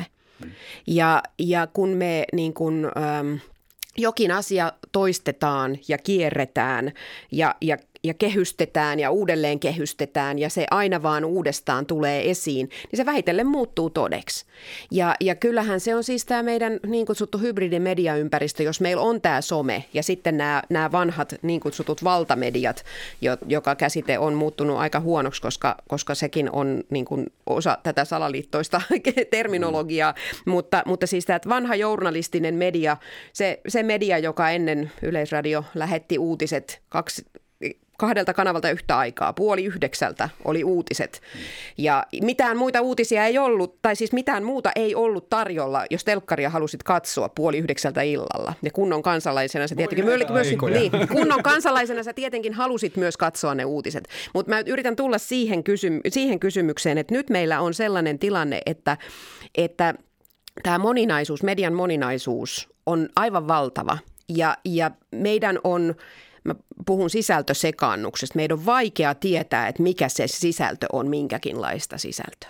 Ja, ja kun me niin kuin, ähm, jokin asia toistetaan ja kierretään ja, ja ja kehystetään ja uudelleen kehystetään ja se aina vaan uudestaan tulee esiin, niin se vähitellen muuttuu todeksi. Ja, ja kyllähän se on siis tämä meidän niin kutsuttu hybridimediaympäristö, jos meillä on tämä some ja sitten nämä, nämä vanhat niin kutsutut valtamediat, jo, joka käsite on muuttunut aika huonoksi, koska, koska sekin on niin kuin osa tätä salaliittoista terminologiaa, mm. mutta, mutta siis tämä vanha journalistinen media, se, se media, joka ennen Yleisradio lähetti uutiset kaksi kahdelta kanavalta yhtä aikaa. Puoli yhdeksältä oli uutiset. Ja mitään muita uutisia ei ollut, tai siis mitään muuta ei ollut tarjolla, jos telkkaria halusit katsoa puoli yhdeksältä illalla. Ja kunnon kansalaisena sä tietenkin, myös, niin, kunnon kansalaisena sä tietenkin halusit myös katsoa ne uutiset. Mutta mä yritän tulla siihen, kysy- siihen kysymykseen, että nyt meillä on sellainen tilanne, että, että tämä moninaisuus, median moninaisuus on aivan valtava. Ja, ja meidän on... Mä puhun sisältösekaannuksesta. Meidän on vaikea tietää, että mikä se sisältö on minkäkinlaista sisältöä.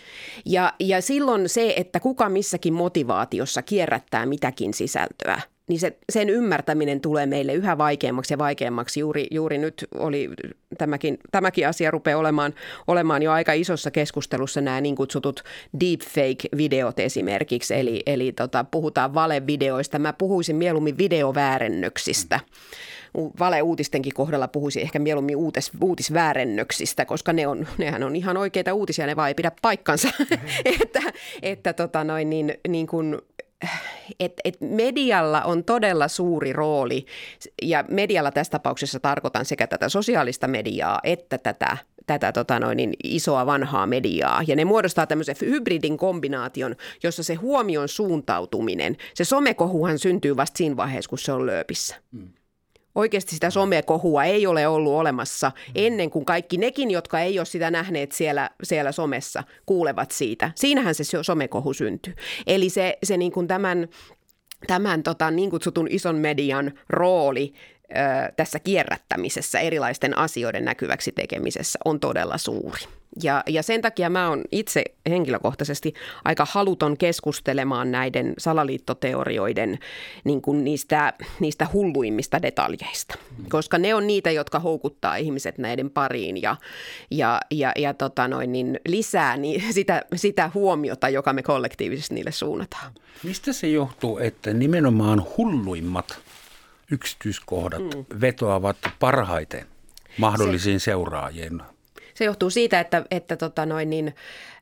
Ja, ja silloin se, että kuka missäkin motivaatiossa kierrättää mitäkin sisältöä, niin se, sen ymmärtäminen tulee meille yhä vaikeammaksi ja vaikeammaksi. Juuri, juuri nyt oli tämäkin, tämäkin asia rupeaa olemaan, olemaan jo aika isossa keskustelussa nämä niin kutsutut deepfake-videot esimerkiksi. Eli, eli tota, puhutaan valevideoista. Mä puhuisin mieluummin videoväärennöksistä. Valeuutistenkin kohdalla puhuisin ehkä mieluummin uutis, uutisväärennöksistä, koska ne on, nehän on ihan oikeita uutisia, ne vaan ei pidä paikkansa. että että tota noin, niin, niin kun, et, et medialla on todella suuri rooli, ja medialla tässä tapauksessa tarkoitan sekä tätä sosiaalista mediaa että tätä tätä tota noin, niin isoa vanhaa mediaa. Ja ne muodostaa tämmöisen hybridin kombinaation, jossa se huomion suuntautuminen, se somekohuhan syntyy vasta siinä vaiheessa, kun se on lööpissä. Mm. Oikeasti sitä somekohua ei ole ollut olemassa ennen kuin kaikki nekin, jotka ei ole sitä nähneet siellä, siellä somessa, kuulevat siitä. Siinähän se somekohu syntyy. Eli se, se niin kuin tämän, tämän tota, niin kutsutun ison median rooli ö, tässä kierrättämisessä, erilaisten asioiden näkyväksi tekemisessä on todella suuri. Ja, ja sen takia mä oon itse henkilökohtaisesti aika haluton keskustelemaan näiden salaliittoteorioiden niin kuin niistä, niistä hulluimmista detaljeista, koska ne on niitä, jotka houkuttaa ihmiset näiden pariin ja, ja, ja, ja tota noin, niin lisää niin sitä, sitä huomiota, joka me kollektiivisesti niille suunnataan. Mistä se johtuu, että nimenomaan hulluimmat yksityiskohdat mm. vetoavat parhaiten mahdollisiin se, seuraajien? Se johtuu siitä, että, että tota noin, niin,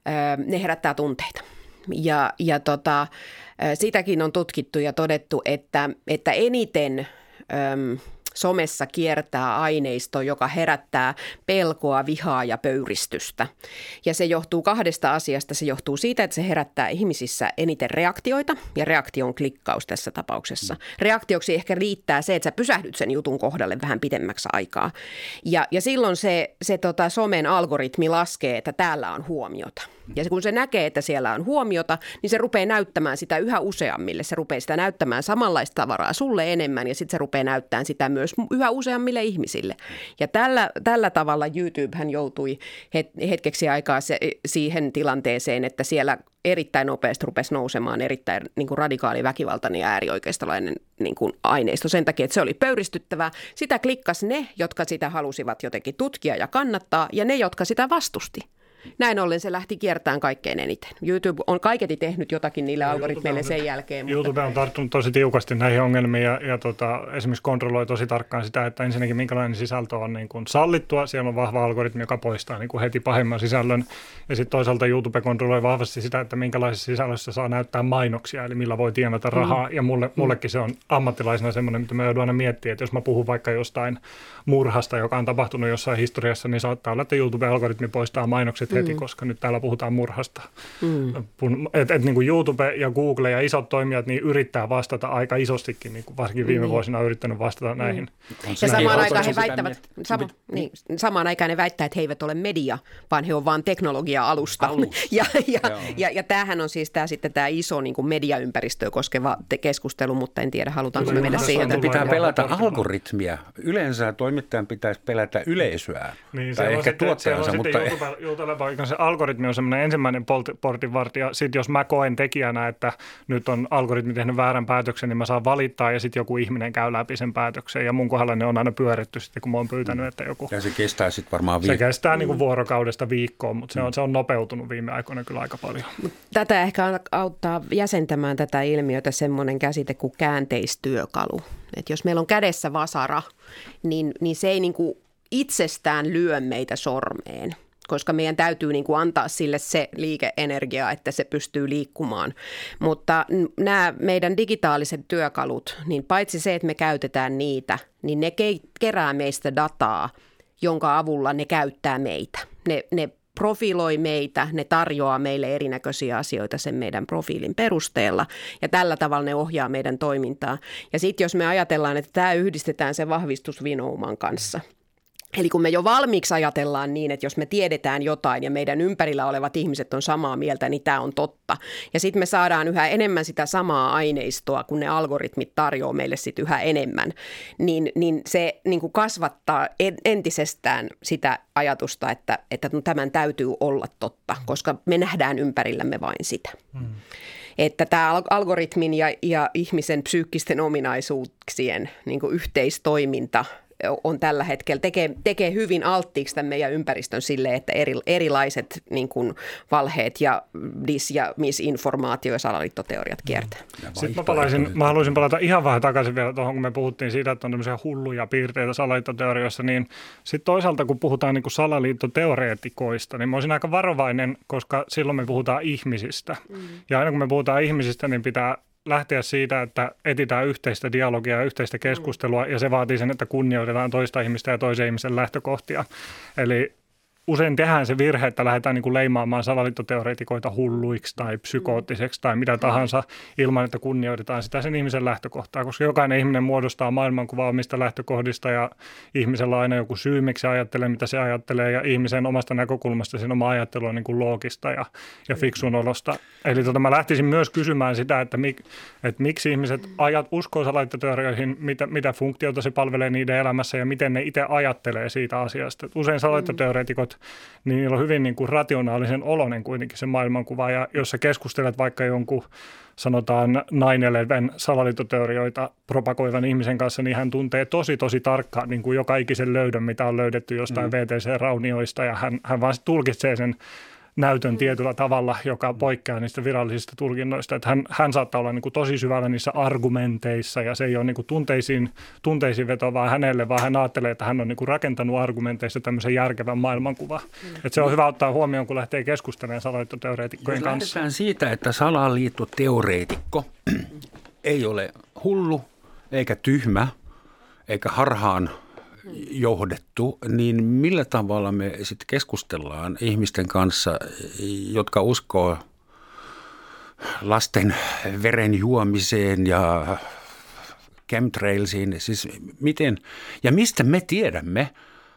ne herättää tunteita. Ja, ja tota, sitäkin on tutkittu ja todettu, että, että eniten äm, somessa kiertää aineisto, joka herättää pelkoa, vihaa ja pöyristystä. Ja se johtuu kahdesta asiasta. Se johtuu siitä, että se herättää ihmisissä eniten reaktioita, ja reaktio on klikkaus tässä tapauksessa. Reaktioksi ehkä riittää se, että sä pysähdyt sen jutun kohdalle vähän pidemmäksi aikaa. Ja, ja silloin se, se tota, somen algoritmi laskee, että täällä on huomiota. Ja kun se näkee, että siellä on huomiota, niin se rupeaa näyttämään sitä yhä useammille. Se rupeaa sitä näyttämään samanlaista tavaraa sulle enemmän, ja sitten se rupeaa näyttämään sitä myös yhä useammille ihmisille. Ja tällä, tällä tavalla YouTubehän joutui hetkeksi aikaa se, siihen tilanteeseen, että siellä erittäin nopeasti rupesi nousemaan erittäin niin kuin radikaali väkivaltainen ja äärioikeistolainen niin kuin aineisto sen takia, että se oli pöyristyttävää. Sitä klikkasi ne, jotka sitä halusivat jotenkin tutkia ja kannattaa, ja ne, jotka sitä vastusti. Näin ollen se lähti kiertämään kaikkein eniten. YouTube on kaiketi tehnyt jotakin niille no, algoritmeille sen jälkeen. YouTube on tarttunut tosi tiukasti näihin ongelmiin ja, ja tota, esimerkiksi kontrolloi tosi tarkkaan sitä, että ensinnäkin minkälainen sisältö on niin kuin sallittua. Siellä on vahva algoritmi, joka poistaa niin kuin heti pahimman sisällön. Ja sitten toisaalta YouTube kontrolloi vahvasti sitä, että minkälaisessa sisällössä saa näyttää mainoksia, eli millä voi tienata rahaa. Mm. Ja mulle, mullekin se on ammattilaisena semmoinen, mitä mä joudun aina miettimään, että jos mä puhun vaikka jostain murhasta, joka on tapahtunut jossain historiassa, niin saattaa olla, että YouTube-algoritmi poistaa mainokset heti, mm. koska nyt täällä puhutaan murhasta. Mm. Et, et, niin kuin YouTube ja Google ja isot toimijat niin yrittää vastata aika isostikin, niin kuin varsinkin viime mm. vuosina on yrittänyt vastata mm. näihin. Ja samaan aikaan he väittävät, sama, niin, samaan aikaan ne väittää, että he eivät ole media, vaan he ovat vain teknologia-alusta. ja, ja, ja, ja, ja tämähän on siis tämä, sitten tämä iso niin kuin mediaympäristöä koskeva keskustelu, mutta en tiedä, halutaanko me mennä siihen. Pitää pelata algoritmia. Yleensä toimittajan pitäisi pelätä yleisöä niin, tai ehkä sitten, tuottajansa. Mutta YouTube, se algoritmi on semmoinen ensimmäinen portinvartija. Sitten jos mä koen tekijänä, että nyt on algoritmi tehnyt väärän päätöksen, niin mä saan valittaa ja sitten joku ihminen käy läpi sen päätöksen. Ja mun kohdalla ne on aina pyöritty sitten, kun mä oon pyytänyt, että joku... Ja se kestää sitten varmaan viikkoa. Se kestää niin kuin vuorokaudesta viikkoon, mutta se on, se on nopeutunut viime aikoina kyllä aika paljon. Tätä ehkä auttaa jäsentämään tätä ilmiötä semmoinen käsite kuin käänteistyökalu. Että jos meillä on kädessä vasara, niin, niin se ei niin kuin itsestään lyö meitä sormeen, koska meidän täytyy niin kuin antaa sille se liikeenergia, että se pystyy liikkumaan. Mutta nämä meidän digitaaliset työkalut, niin paitsi se, että me käytetään niitä, niin ne kerää meistä dataa, jonka avulla ne käyttää meitä. Ne, ne profiloi meitä, ne tarjoaa meille erinäköisiä asioita sen meidän profiilin perusteella ja tällä tavalla ne ohjaa meidän toimintaa. Ja sitten jos me ajatellaan, että tämä yhdistetään sen vahvistusvinouman kanssa, eli kun me jo valmiiksi ajatellaan niin, että jos me tiedetään jotain ja meidän ympärillä olevat ihmiset on samaa mieltä, niin tämä on totta. Ja sitten me saadaan yhä enemmän sitä samaa aineistoa, kun ne algoritmit tarjoaa meille sitten yhä enemmän, niin, niin se niin kuin kasvattaa entisestään sitä ajatusta, että, että tämän täytyy olla totta, koska me nähdään ympärillämme vain sitä. Hmm. Että tämä algoritmin ja, ja ihmisen psyykkisten ominaisuuksien niin kuin yhteistoiminta on tällä hetkellä, tekee, tekee hyvin alttiiksi tämän meidän ympäristön sille, että eri, erilaiset niin kuin valheet ja dis- ja misinformaatio ja salaliittoteoriat kiertää. Sitten mä, palaisin, mä haluaisin palata ihan vähän takaisin vielä tuohon, kun me puhuttiin siitä, että on tämmöisiä hulluja piirteitä salaliittoteorioissa, niin sitten toisaalta kun puhutaan niin kuin salaliittoteoreetikoista, niin mä olisin aika varovainen, koska silloin me puhutaan ihmisistä. Mm. Ja aina kun me puhutaan ihmisistä, niin pitää lähteä siitä, että etsitään yhteistä dialogia ja yhteistä keskustelua, ja se vaatii sen, että kunnioitetaan toista ihmistä ja toisen ihmisen lähtökohtia. Eli usein tehdään se virhe, että lähdetään niin kuin leimaamaan salaliittoteoreetikoita hulluiksi tai psykoottiseksi tai mitä tahansa ilman, että kunnioitetaan sitä sen ihmisen lähtökohtaa, koska jokainen ihminen muodostaa maailmankuvaa omista lähtökohdista ja ihmisellä on aina joku syy, miksi se ajattelee, mitä se ajattelee ja ihmisen omasta näkökulmasta sen oma ajattelu on niin kuin loogista ja, ja fiksun olosta. Eli tota, mä lähtisin myös kysymään sitä, että, mik, että miksi ihmiset ajat, uskoo salaliittoteorioihin, mitä, mitä funktioita se palvelee niiden elämässä ja miten ne itse ajattelee siitä asiasta. Et usein salaliittoteoreetikot, niin niillä on hyvin niin kuin rationaalisen oloinen kuitenkin se maailmankuva ja jos sä keskustelet vaikka jonkun sanotaan nine eleven salaliittoteorioita propagoivan ihmisen kanssa, niin hän tuntee tosi, tosi tarkkaan niin kuin joka ikisen löydön, mitä on löydetty jostain mm. V T C-raunioista ja hän, hän vaan tulkitsee sen näytön tietyllä tavalla, joka poikkeaa niistä virallisista tulkinnoista. Että hän, hän saattaa olla niin kuin tosi syvällä niissä argumenteissa ja se ei ole niin kuin tunteisiin, tunteisiin vetovaa hänelle, vaan hän ajattelee, että hän on niin kuin rakentanut argumenteissa tämmöisen järkevän maailmankuvan. Mm. Että se on hyvä ottaa huomioon, kun lähtee keskustelemaan salaliittoteoreetikkojen kanssa. Lähdetään siitä, että salaliittoteoreetikko ei ole hullu eikä tyhmä eikä harhaan johdettu, niin millä tavalla me sitten keskustellaan ihmisten kanssa, jotka uskoo lasten veren juomiseen ja chemtrailsiin, siis miten ja mistä me tiedämme,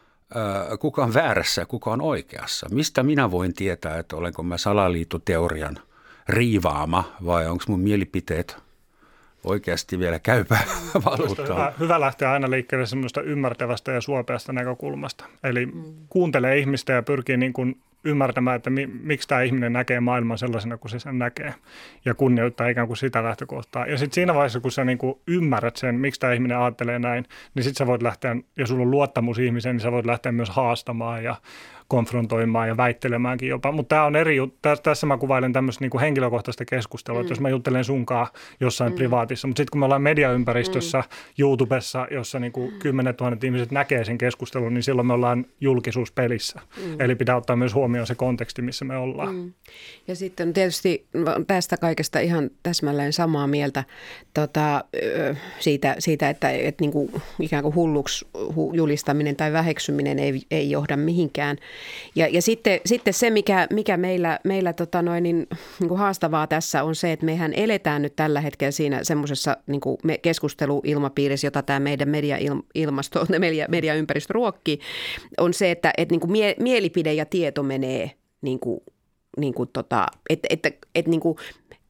kuka on väärässä ja kuka on oikeassa? Mistä minä voin tietää, että olenko mä salaliittoteorian riivaama vai onko mun mielipiteet oikeasti vielä käypää valuuttaa? Hyvä, hyvä lähteä aina liikkeelle semmoista ymmärtävästä ja suopeasta näkökulmasta. Eli mm. kuuntelee ihmistä ja pyrkii niin kuin ymmärtämään, että mi, miksi tämä ihminen näkee maailman sellaisena kuin se sen näkee ja kunnioittaa ikään kuin sitä lähtökohtaa. Ja sitten siinä vaiheessa, kun sä niin kuin ymmärrät sen, miksi tämä ihminen ajattelee näin, niin sitten sä voit lähteä, ja sulla on luottamus ihmiseen, niin sä voit lähteä myös haastamaan ja konfrontoimaan ja väittelemäänkin jopa. Mutta tämä on eri juttu. Tässä mä kuvailen tämmöistä niinku henkilökohtaista keskustelua, mm. että jos mä juttelen sunkaan jossain mm. privaatissa, mutta sitten kun me ollaan mediaympäristössä, mm. YouTubessa, jossa niinku kymmenet tuhannet ihmiset näkee sen keskustelun, niin silloin me ollaan julkisuuspelissä. Mm. Eli pitää ottaa myös huomioon se konteksti, missä me ollaan. Mm. Ja sitten tietysti tästä kaikesta ihan täsmälleen samaa mieltä tota, siitä, siitä, että et niinku ikään kuin hulluksi julistaminen tai väheksyminen ei, ei johda mihinkään. Ja, ja sitten, sitten se, mikä, mikä meillä, meillä tota noin, niin, niin kuin haastavaa tässä on se, että mehän eletään nyt tällä hetkellä siinä semmoisessa niin kuin keskusteluilmapiirissä, jota tämä meidän media-ilmasto, media, mediaympäristö ruokkii, on se, että, että niin kuin mie, mielipide ja tieto menee, niin kuin, niin kuin tota, että, että, että niin kuin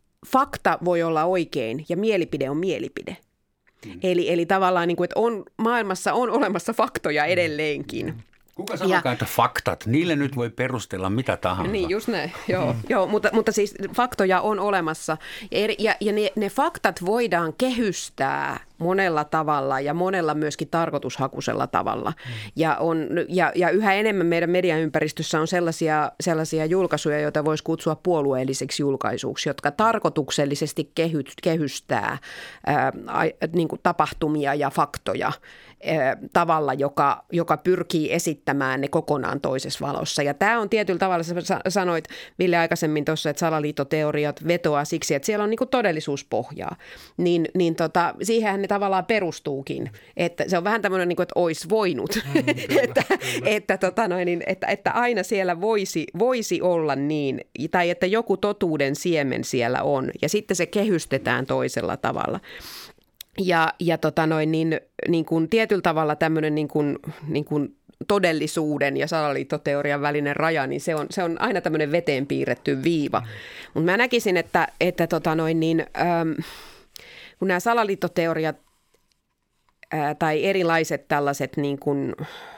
fakta voi olla oikein ja mielipide on mielipide. Mm. Eli, eli tavallaan, niin kuin, että on, maailmassa on olemassa faktoja edelleenkin. Mm. Kuka sanokaan, että faktat, niille nyt voi perustella mitä tahansa. Niin, just näin, joo, mm. joo mutta, mutta siis faktoja on olemassa ja, eri, ja, ja ne, ne faktat voidaan kehystää monella tavalla ja monella myöskin tarkoitushakuisella tavalla. Mm. Ja, on, ja, ja yhä enemmän meidän mediaympäristössä on sellaisia, sellaisia julkaisuja, joita voisi kutsua puolueelliseksi julkaisuksi, jotka tarkoituksellisesti kehy, kehystää ää, niin kuin tapahtumia ja faktoja tavalla, joka, joka pyrkii esittämään ne kokonaan toisessa valossa. Ja tämä on tietyllä tavalla, sä sanoit Ville aikaisemmin tuossa, että salaliittoteoriat vetoaa siksi, että siellä on niinku todellisuuspohjaa. Niin, niin tota, siihenhän ne tavallaan perustuukin. Että se on vähän tämmöinen, niin kuin, että olisi voinut. Mm, että, että, tota noin, niin, että, että aina siellä voisi, voisi olla niin, tai että joku totuuden siemen siellä on. Ja sitten se kehystetään toisella tavalla. Ja, ja tota noin, niin, niin kuin tietyllä tavalla tämmöinen niin kuin, niin kuin todellisuuden ja salaliittoteorian välinen raja, niin se on, se on aina tämmöinen veteen piirretty viiva. Mm. Mutta mä näkisin, että, että tota noin, niin, ähm, kun nämä salaliittoteoriat äh, tai erilaiset tällaiset niin kuin,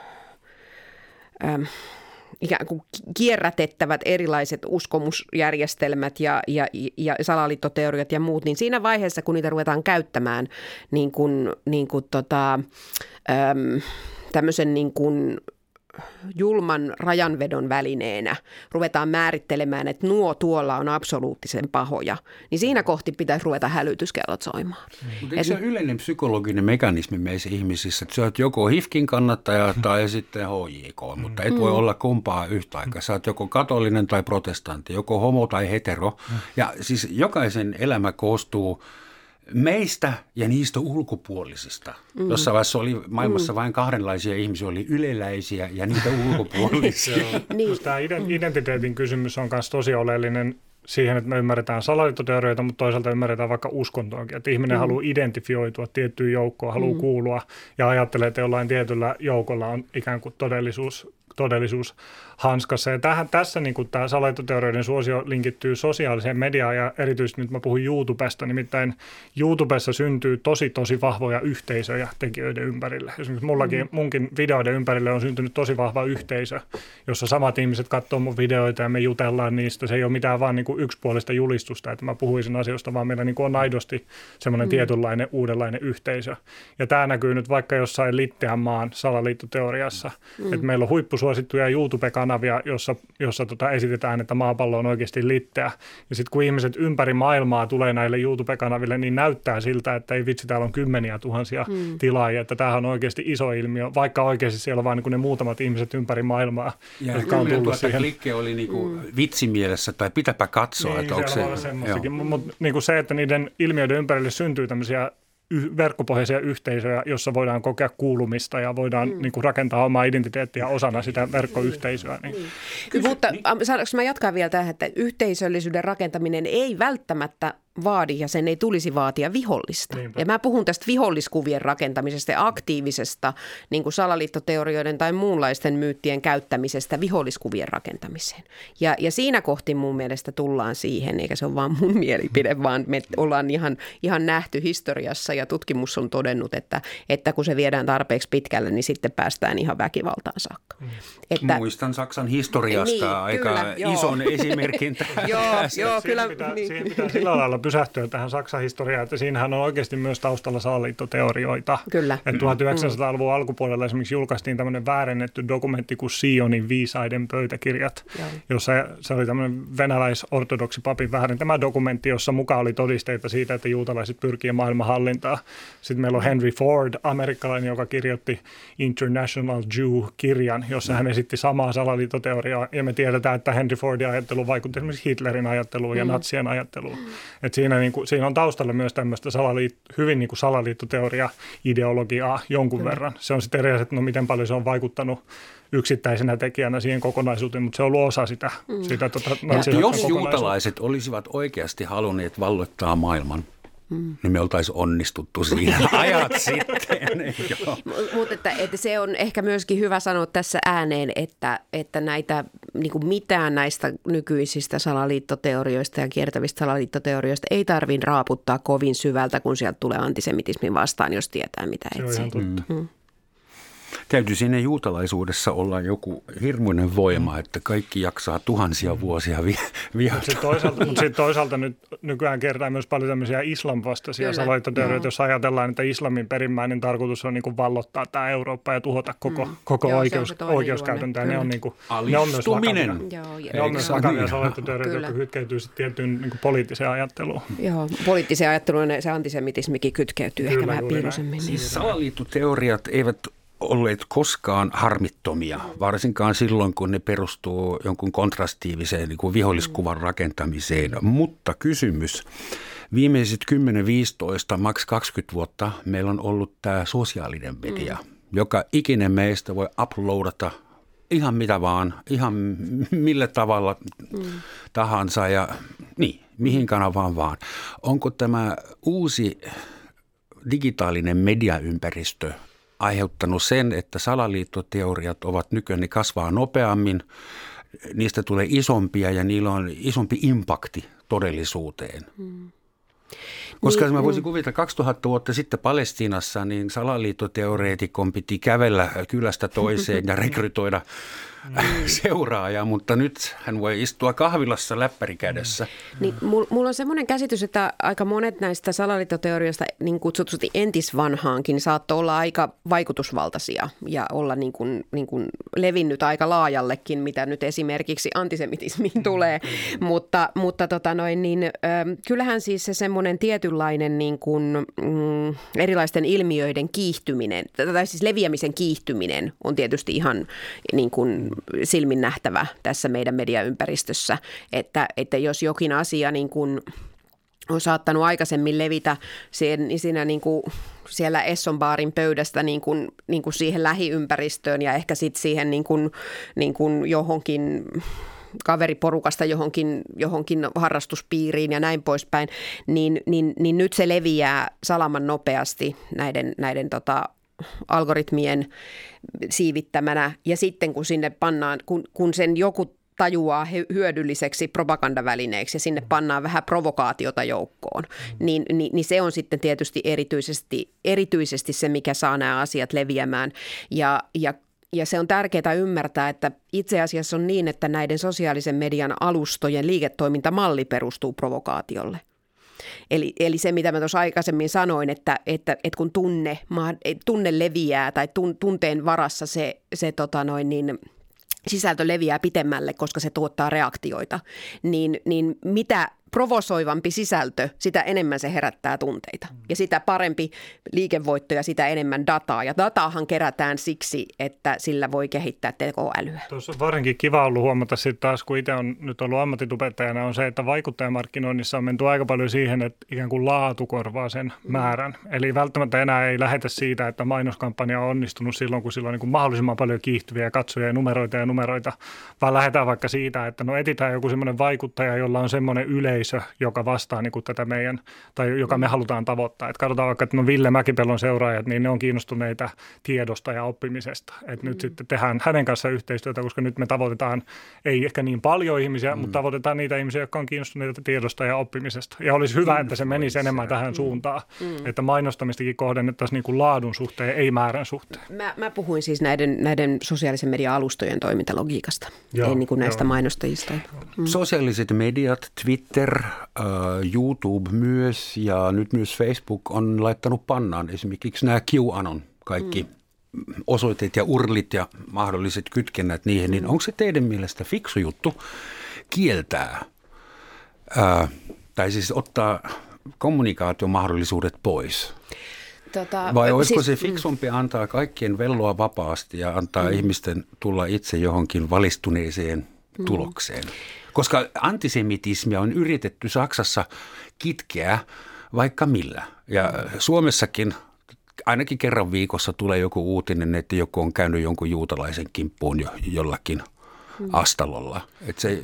ähm, ikään kuin kierrätettävät erilaiset uskomusjärjestelmät ja, ja, ja salaliittoteoriat ja muut, niin siinä vaiheessa, kun niitä ruvetaan käyttämään niin kuin, niin kuin tota, äm, tämmöisen niin kuin julman rajanvedon välineenä, ruvetaan määrittelemään, että nuo tuolla on absoluuttisen pahoja, niin siinä kohti pitäisi ruveta hälytyskellot soimaan. Mutta eikö se on yleinen psykologinen mekanismi meissä ihmisissä, että sä oot joko H I V-kin kannattaja tai sitten H J K, mutta et voi olla kumpaa yhtä aikaa. Sä oot joko katolinen tai protestantti, joko homo tai hetero. Ja siis jokaisen elämä koostuu meistä ja niistä ulkopuolisista. Mm. Jossain vaiheessa oli maailmassa mm. vain kahdenlaisia ihmisiä, oli yleläisiä ja niitä ulkopuolisia. niin. Tämä identiteetin kysymys on myös tosi oleellinen siihen, että me ymmärretään salaliittoteorioita, mutta toisaalta ymmärretään vaikka uskontoakin. Että ihminen mm. haluaa identifioitua tiettyyn joukkoon, haluaa mm. kuulua ja ajattelee, että jollain tietyllä joukolla on ikään kuin todellisuus, todellisuus hanskassa. Ja tähän, tässä niin kuin tämä salaliittoteorioiden suosio linkittyy sosiaaliseen mediaan ja erityisesti nyt mä puhun YouTubesta. Nimittäin YouTubessa syntyy tosi tosi vahvoja yhteisöjä tekijöiden ympärille. Esimerkiksi mullakin, mm. munkin videoiden ympärille on syntynyt tosi vahva yhteisö, jossa samat ihmiset katsoo mun videoita ja me jutellaan niistä. Se ei ole mitään vaan niin kuin yksipuolista julistusta, että mä puhuisin asioista, vaan meillä niin kuin on aidosti semmoinen mm. tietynlainen uudenlainen yhteisö. Ja tämä näkyy nyt vaikka jossain Litteän maan salaliittoteoriassa, mm. että meillä on huippusuosittuja YouTube-kanavia, jossa, jossa tota esitetään, että maapallo on oikeasti litteä. Ja sitten kun ihmiset ympäri maailmaa tulee näille YouTube-kanaville, niin näyttää siltä, että ei vitsi, täällä on kymmeniä tuhansia mm. tilaajia, että tämähän on oikeasti iso ilmiö, vaikka oikeasti siellä on vain niin ne muutamat ihmiset ympäri maailmaa, ja jotka on tullut siihen. Klikke oli niin kuin mm. vitsimielessä tai pitäpä katsoa. Niin, että onko se, mutta niin se, että niiden ilmiöiden ympärille syntyy tämmöisiä verkkopohjaisia yhteisöjä, jossa voidaan kokea kuulumista ja voidaan mm. niin kuin, rakentaa omaa identiteettiä osana sitä verkkoyhteisöä. Niin. Niin. Kysy, Mutta niin. saanko mä jatkaa vielä tähän, että yhteisöllisyyden rakentaminen ei välttämättä vaadi ja sen ei tulisi vaatia vihollista. Niinpä. Ja mä puhun tästä viholliskuvien rakentamisesta ja aktiivisesta niin kuin salaliittoteorioiden tai muunlaisten myyttien käyttämisestä viholliskuvien rakentamiseen. Ja, ja siinä kohti mun mielestä tullaan siihen, eikä se ole vaan mun mielipide, vaan me ollaan ihan, ihan nähty historiassa ja tutkimus on todennut, että, että kun se viedään tarpeeksi pitkälle, niin sitten päästään ihan väkivaltaan saakka. Mm. Että, Muistan Saksan historiasta niin, aika kyllä, ison joo. esimerkin. joo, joo, kyllä. Siihen pitää, niin. siihen pitää sillä lailla pysähtyä tähän Saksan historiaan, että siinähän on oikeasti myös taustalla salaliittoteorioita. Kyllä. Että tuhatyhdeksänsataaluvun mm. alkupuolella esimerkiksi julkaistiin tämmöinen väärennetty dokumentti kuin Sionin viisaiden pöytäkirjat, Joo. jossa se oli tämmöinen venäläis-ortodoksi papin väärentämä dokumentti, jossa mukaan oli todisteita siitä, että juutalaiset pyrkii maailmanhallintaan. Sitten meillä on Henry Ford, amerikkalainen, joka kirjoitti International Jew-kirjan, jossa hän esitti samaa salaliittoteoriaa, ja me tiedetään, että Henry Fordin ajattelu vaikutti esimerkiksi Hitlerin ajatteluun ja mm. natsien ajatteluun. Et siinä, niin kuin, siinä on taustalla myös tämmöistä salaliit, hyvin niin kuin salaliittoteoria-ideologiaa jonkun mm. verran. Se on sitten eri asia, että no miten paljon se on vaikuttanut yksittäisenä tekijänä siihen kokonaisuuteen, mutta se on ollut osa sitä. Mm. sitä tota, jos juutalaiset olisivat oikeasti halunneet valloittaa maailman, Mm. niin me oltaisiin onnistuttu siinä ajat sitten. Mutta että, että se on ehkä myöskin hyvä sanoa tässä ääneen, että, että näitä, niin kuin mitään näistä nykyisistä salaliittoteorioista ja kiertävistä salaliittoteorioista ei tarvitse raaputtaa kovin syvältä, kun sieltä tulee antisemitismin vastaan, jos tietää mitä etsii. Se on ihan totta. Mm. Täytyy siinä juutalaisuudessa olla joku hirmuinen voima, mm. että kaikki jaksaa tuhansia vuosia vi- vihattaa. Mutta sitten toisaalta, mut sit toisaalta nyt nykyään kertaa myös paljon tämmöisiä islamvastaisia salaliittoteorioita, jos ajatellaan, että islamin perimmäinen tarkoitus on niin kuin vallottaa tämä Eurooppa ja tuhota koko, mm. koko Joo, oikeus, oikeuskäytäntö. Ja ne on, niin kuin, ne on myös vakavia, Joo, ne on myös vakavia salaliittoteorioita, jotka kytkeytyy sitten tiettyyn niin kuin poliittiseen ajatteluun. Joo, poliittiseen ajatteluun se antisemitismikin kytkeytyy Kyllä, ehkä vähän piiloisemmin. Siis salaliittoteoriat eivät olleet koskaan harmittomia, varsinkaan silloin, kun ne perustuu jonkun kontrastiiviseen niin kuin viholliskuvan rakentamiseen. Mutta kysymys, viimeiset kymmenen viisitoista, maks kaksikymmentä vuotta meillä on ollut tämä sosiaalinen media, mm. joka ikinen meistä voi uploadata ihan mitä vaan, ihan millä tavalla mm. tahansa ja niin, mihin kanavaan vaan. Onko tämä uusi digitaalinen mediaympäristö aiheuttanut sen, että salaliittoteoriat ovat nykyään, ne kasvaa nopeammin, niistä tulee isompia ja niillä on isompi impakti todellisuuteen. Hmm. Koska niin, mä voisin kuvitella, kaksituhatta vuotta sitten Palestiinassa niin salaliittoteoreetikon piti kävellä kylästä toiseen ja rekrytoida seuraajaa, mutta nyt hän voi istua kahvilassa läppäri kädessä. Niin, mulla on semmoinen käsitys, että aika monet näistä salaliittoteorioista niin kutsutusti entisvanhaankin saattoi olla aika vaikutusvaltaisia ja olla niin kuin, niin kuin levinnyt aika laajallekin, mitä nyt esimerkiksi antisemitismiin tulee. Mm. Mutta, mutta tota noin, niin, äh, kyllähän siis se semmoinen tietynlainen niin kuin, mm, erilaisten ilmiöiden kiihtyminen, tai siis leviämisen kiihtyminen on tietysti ihan niin kuin silmin nähtävä tässä meidän mediaympäristössä, että, että jos jokin asia niin kuin on saattanut aikaisemmin levitä siinä, siinä niin kuin siellä Esson baarin pöydästä niin kuin, niin kuin siihen lähiympäristöön ja ehkä sitten siihen niin kuin, niin kuin johonkin kaveriporukasta johonkin, johonkin harrastuspiiriin ja näin poispäin, niin, niin, niin nyt se leviää salaman nopeasti näiden, näiden tota, algoritmien siivittämänä. Ja sitten kun sinne pannaan, kun, kun sen joku tajuaa hyödylliseksi propagandavälineeksi ja sinne pannaan vähän provokaatiota joukkoon, niin, niin, niin se on sitten tietysti erityisesti, erityisesti se, mikä saa nämä asiat leviämään. Ja, ja Ja se on tärkeää ymmärtää, että itse asiassa on niin, että näiden sosiaalisen median alustojen liiketoimintamalli perustuu provokaatiolle. Eli, eli se, mitä mä tuossa aikaisemmin sanoin, että, että, että kun tunne, tunne leviää tai tunteen varassa se, se tota noin niin, sisältö leviää pitemmälle, koska se tuottaa reaktioita, niin, niin mitä provosoivampi sisältö, sitä enemmän se herättää tunteita. Ja sitä parempi liikevoitto ja sitä enemmän dataa. Ja dataahan kerätään siksi, että sillä voi kehittää tekoälyä. Tuossa on varsinkin kiva ollut huomata sitten taas, kun itse on nyt ollut ammattitubettajana, on se, että vaikuttajamarkkinoinnissa on menty aika paljon siihen, että ikään kuin laatu korvaa sen määrän. Eli välttämättä enää ei lähetä siitä, että mainoskampanja on onnistunut silloin, kun sillä on niin kuin mahdollisimman paljon kiihtyviä katsoja ja numeroita ja numeroita, vaan lähdetään vaikka siitä, että no etsitään joku semmoinen vaikuttaja, jolla on semmoinen yleisö, joka vastaa niin kuin tätä meidän, tai joka me halutaan tavoittaa. Et katsotaan vaikka, että no Ville Mäkipellon seuraajat, niin ne on kiinnostuneita tiedosta ja oppimisesta. Et mm. nyt sitten tehdään hänen kanssa yhteistyötä, koska nyt me tavoitetaan, ei ehkä niin paljon ihmisiä, mm. mutta tavoitetaan niitä ihmisiä, jotka on kiinnostuneita tiedosta ja oppimisesta. Ja olisi hyvä, että se menisi enemmän tähän mm. suuntaan, mm. että mainostamistakin kohdennettaisiin niin kuin laadun suhteen, ei määrän suhteen. Mä, mä puhuin siis näiden, näiden sosiaalisen median alustojen toimintalogiikasta, joo, ei niin kuin näistä joo. mainostajista. Mm. Sosiaaliset mediat, Twitter, YouTube myös ja nyt myös Facebook on laittanut pannaan esimerkiksi nämä QAnon kaikki mm. osoitteet ja urlit ja mahdolliset kytkennät niihin, niin onko se teidän mielestä fiksu juttu kieltää ää, tai siis ottaa kommunikaatiomahdollisuudet pois? Tota, Vai olisiko siis, se fiksumpi antaa kaikkien velloa vapaasti ja antaa mm. ihmisten tulla itse johonkin valistuneeseen mm. tulokseen? Koska antisemitismia on yritetty Saksassa kitkeä vaikka millä. Ja Suomessakin ainakin kerran viikossa tulee joku uutinen, että joku on käynyt jonkun juutalaisen kimppuun jo, jollakin hmm. astalolla. Et se...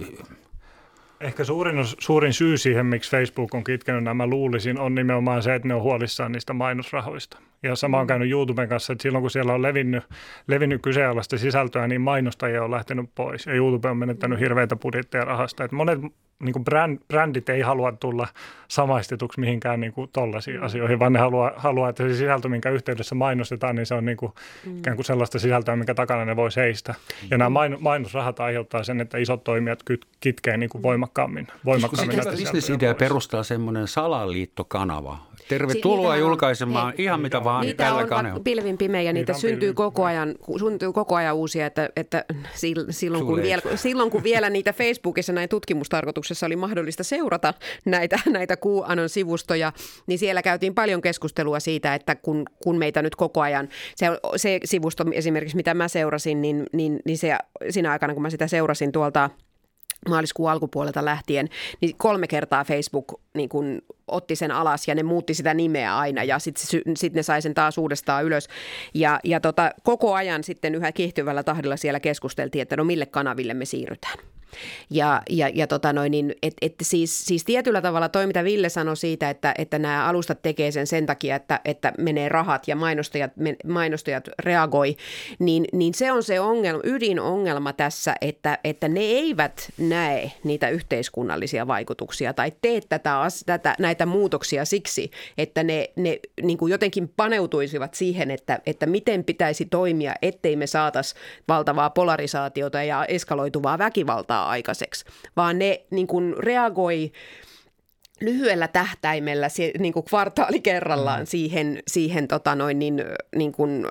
Ehkä suurin, suurin syy siihen, miksi Facebook on kitkenyt nämä luulisin, on nimenomaan se, että ne on huolissaan niistä mainosrahoista. Ja sama on käynyt YouTuben kanssa, että silloin kun siellä on levinnyt, levinnyt kyseenalaista sisältöä, niin mainostajia on lähtenyt pois. Ja YouTube on menettänyt hirveitä budjetteja rahasta. Että monet niin kuin brändit ei halua tulla samaistetuksi mihinkään niin kuin tollaisiin asioihin, vaan ne haluaa, haluaa, että se sisältö, minkä yhteydessä mainostetaan, niin se on niin kuin, mm. ikään kuin sellaista sisältöä, minkä takana ne voi seistä. Ja nämä mainosrahat aiheuttaa sen, että isot toimijat kitkee niin kuin voimakkaammin, voimakkaammin näitä sisältöjä. Bisnesidea perustaa semmoinen salaliittokanava. Tervetuloa julkaisemaan hei, ihan mitä vaan niitä tällä on kanavalla. Pilvin pimeä ja niitä, niitä syntyy, koko ajan, syntyy koko ajan uusia, että, että silloin, kun vielä, silloin kun vielä niitä Facebookissa näin tutkimustarkoituksessa oli mahdollista seurata näitä, näitä QAnon sivustoja, niin siellä käytiin paljon keskustelua siitä, että kun, kun meitä nyt koko ajan, se, se sivusto esimerkiksi mitä mä seurasin, niin, niin, niin se, siinä aikana kun mä sitä seurasin tuolta maaliskuun alkupuolelta lähtien, niin kolme kertaa Facebook niin kun otti sen alas ja ne muutti sitä nimeä aina ja sitten sit ne sai sen taas uudestaan ylös. Ja, ja tota, koko ajan sitten yhä kiihtyvällä tahdilla siellä keskusteltiin, että no mille kanaville me siirrytään. Ja, ja, ja tota noin, niin, et, et siis, siis tietyllä tavalla toi, mitä Ville sanoi siitä, että, että nämä alustat tekee sen sen takia, että, että menee rahat ja mainostajat, mainostajat reagoi, niin, niin se on se ongelma, ydinongelma tässä, että, että ne eivät näe niitä yhteiskunnallisia vaikutuksia tai tee tätä, tätä, näitä muutoksia siksi, että ne, ne niin kuin jotenkin paneutuisivat siihen, että, että miten pitäisi toimia, ettei me saataisi valtavaa polarisaatiota ja eskaloituvaa väkivaltaa aikaiseksi, vaan ne niin kuin reagoi lyhyellä tähtäimellä, niin kuin kvartaali kerrallaan mm. siihen, siihen tota noin, niin, niin kuin,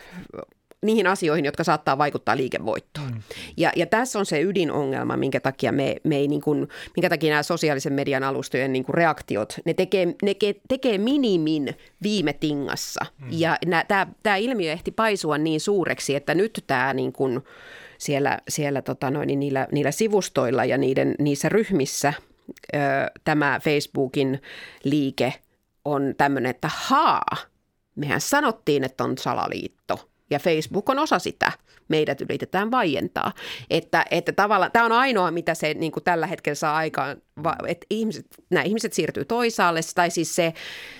niihin asioihin, jotka saattaa vaikuttaa liikevoittoon. Mm. Ja, ja tässä on se ydinongelma, minkä takia, me, me ei niin kuin, minkä takia nämä sosiaalisen median alustojen niin kuin reaktiot, ne tekee, ne tekee minimin viime tingassa. Mm. Ja tämä ilmiö ehti paisua niin suureksi, että nyt tämä niin kuin siellä, siellä tota noin, niillä, niillä sivustoilla ja niiden, niissä ryhmissä ö, tämä Facebookin liike on tämmöinen, että haa, mehän sanottiin, että on salaliitto ja Facebook on osa sitä. Meidät yritetään vaientaa. Että, että tavallaan, tämä on ainoa, mitä se niin kuin tällä hetkellä saa aikaan, että ihmiset, nämä ihmiset siirtyy toisaalle, tai siis se,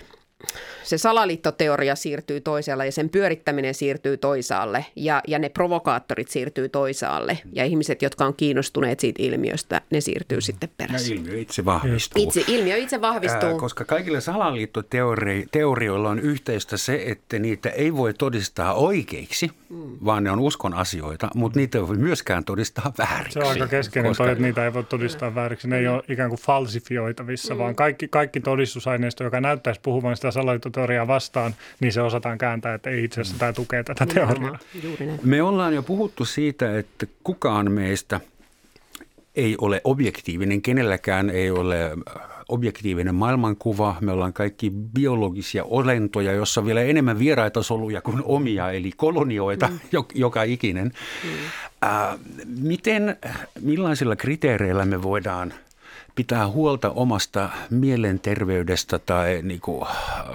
se salaliittoteoria siirtyy toisaalle ja sen pyörittäminen siirtyy toisaalle ja, ja ne provokaattorit siirtyy toisaalle ja ihmiset, jotka on kiinnostuneet siitä ilmiöstä, ne siirtyy sitten perässä. Ja ilmiö itse vahvistuu. Itse, ilmiö itse vahvistuu. Ää, koska kaikille salaliittoteorioilla on yhteistä se, että niitä ei voi todistaa oikeiksi, mm. vaan ne on uskon asioita, mutta niitä ei voi myöskään todistaa vääriksi. Se on aika keskeinen koska... toi, että niitä ei voi todistaa vääriksi. Ne ei ole ikään kuin falsifioitavissa, mm. vaan kaikki, kaikki todistusaineisto, joka näyttäisi puhuvan sitä salaliittoteoriaa vastaan, niin se osataan kääntää, että ei itse asiassa tämä tukee tätä teoriaa. Me ollaan jo puhuttu siitä, että kukaan meistä ei ole objektiivinen, kenelläkään ei ole objektiivinen maailmankuva. Me ollaan kaikki biologisia olentoja, jossa on vielä enemmän vieraita soluja kuin omia, eli kolonioita, mm. joka ikinen. Mm. Äh, miten, millaisilla kriteereillä me voidaan pitää huolta omasta mielenterveydestä tai niin kuin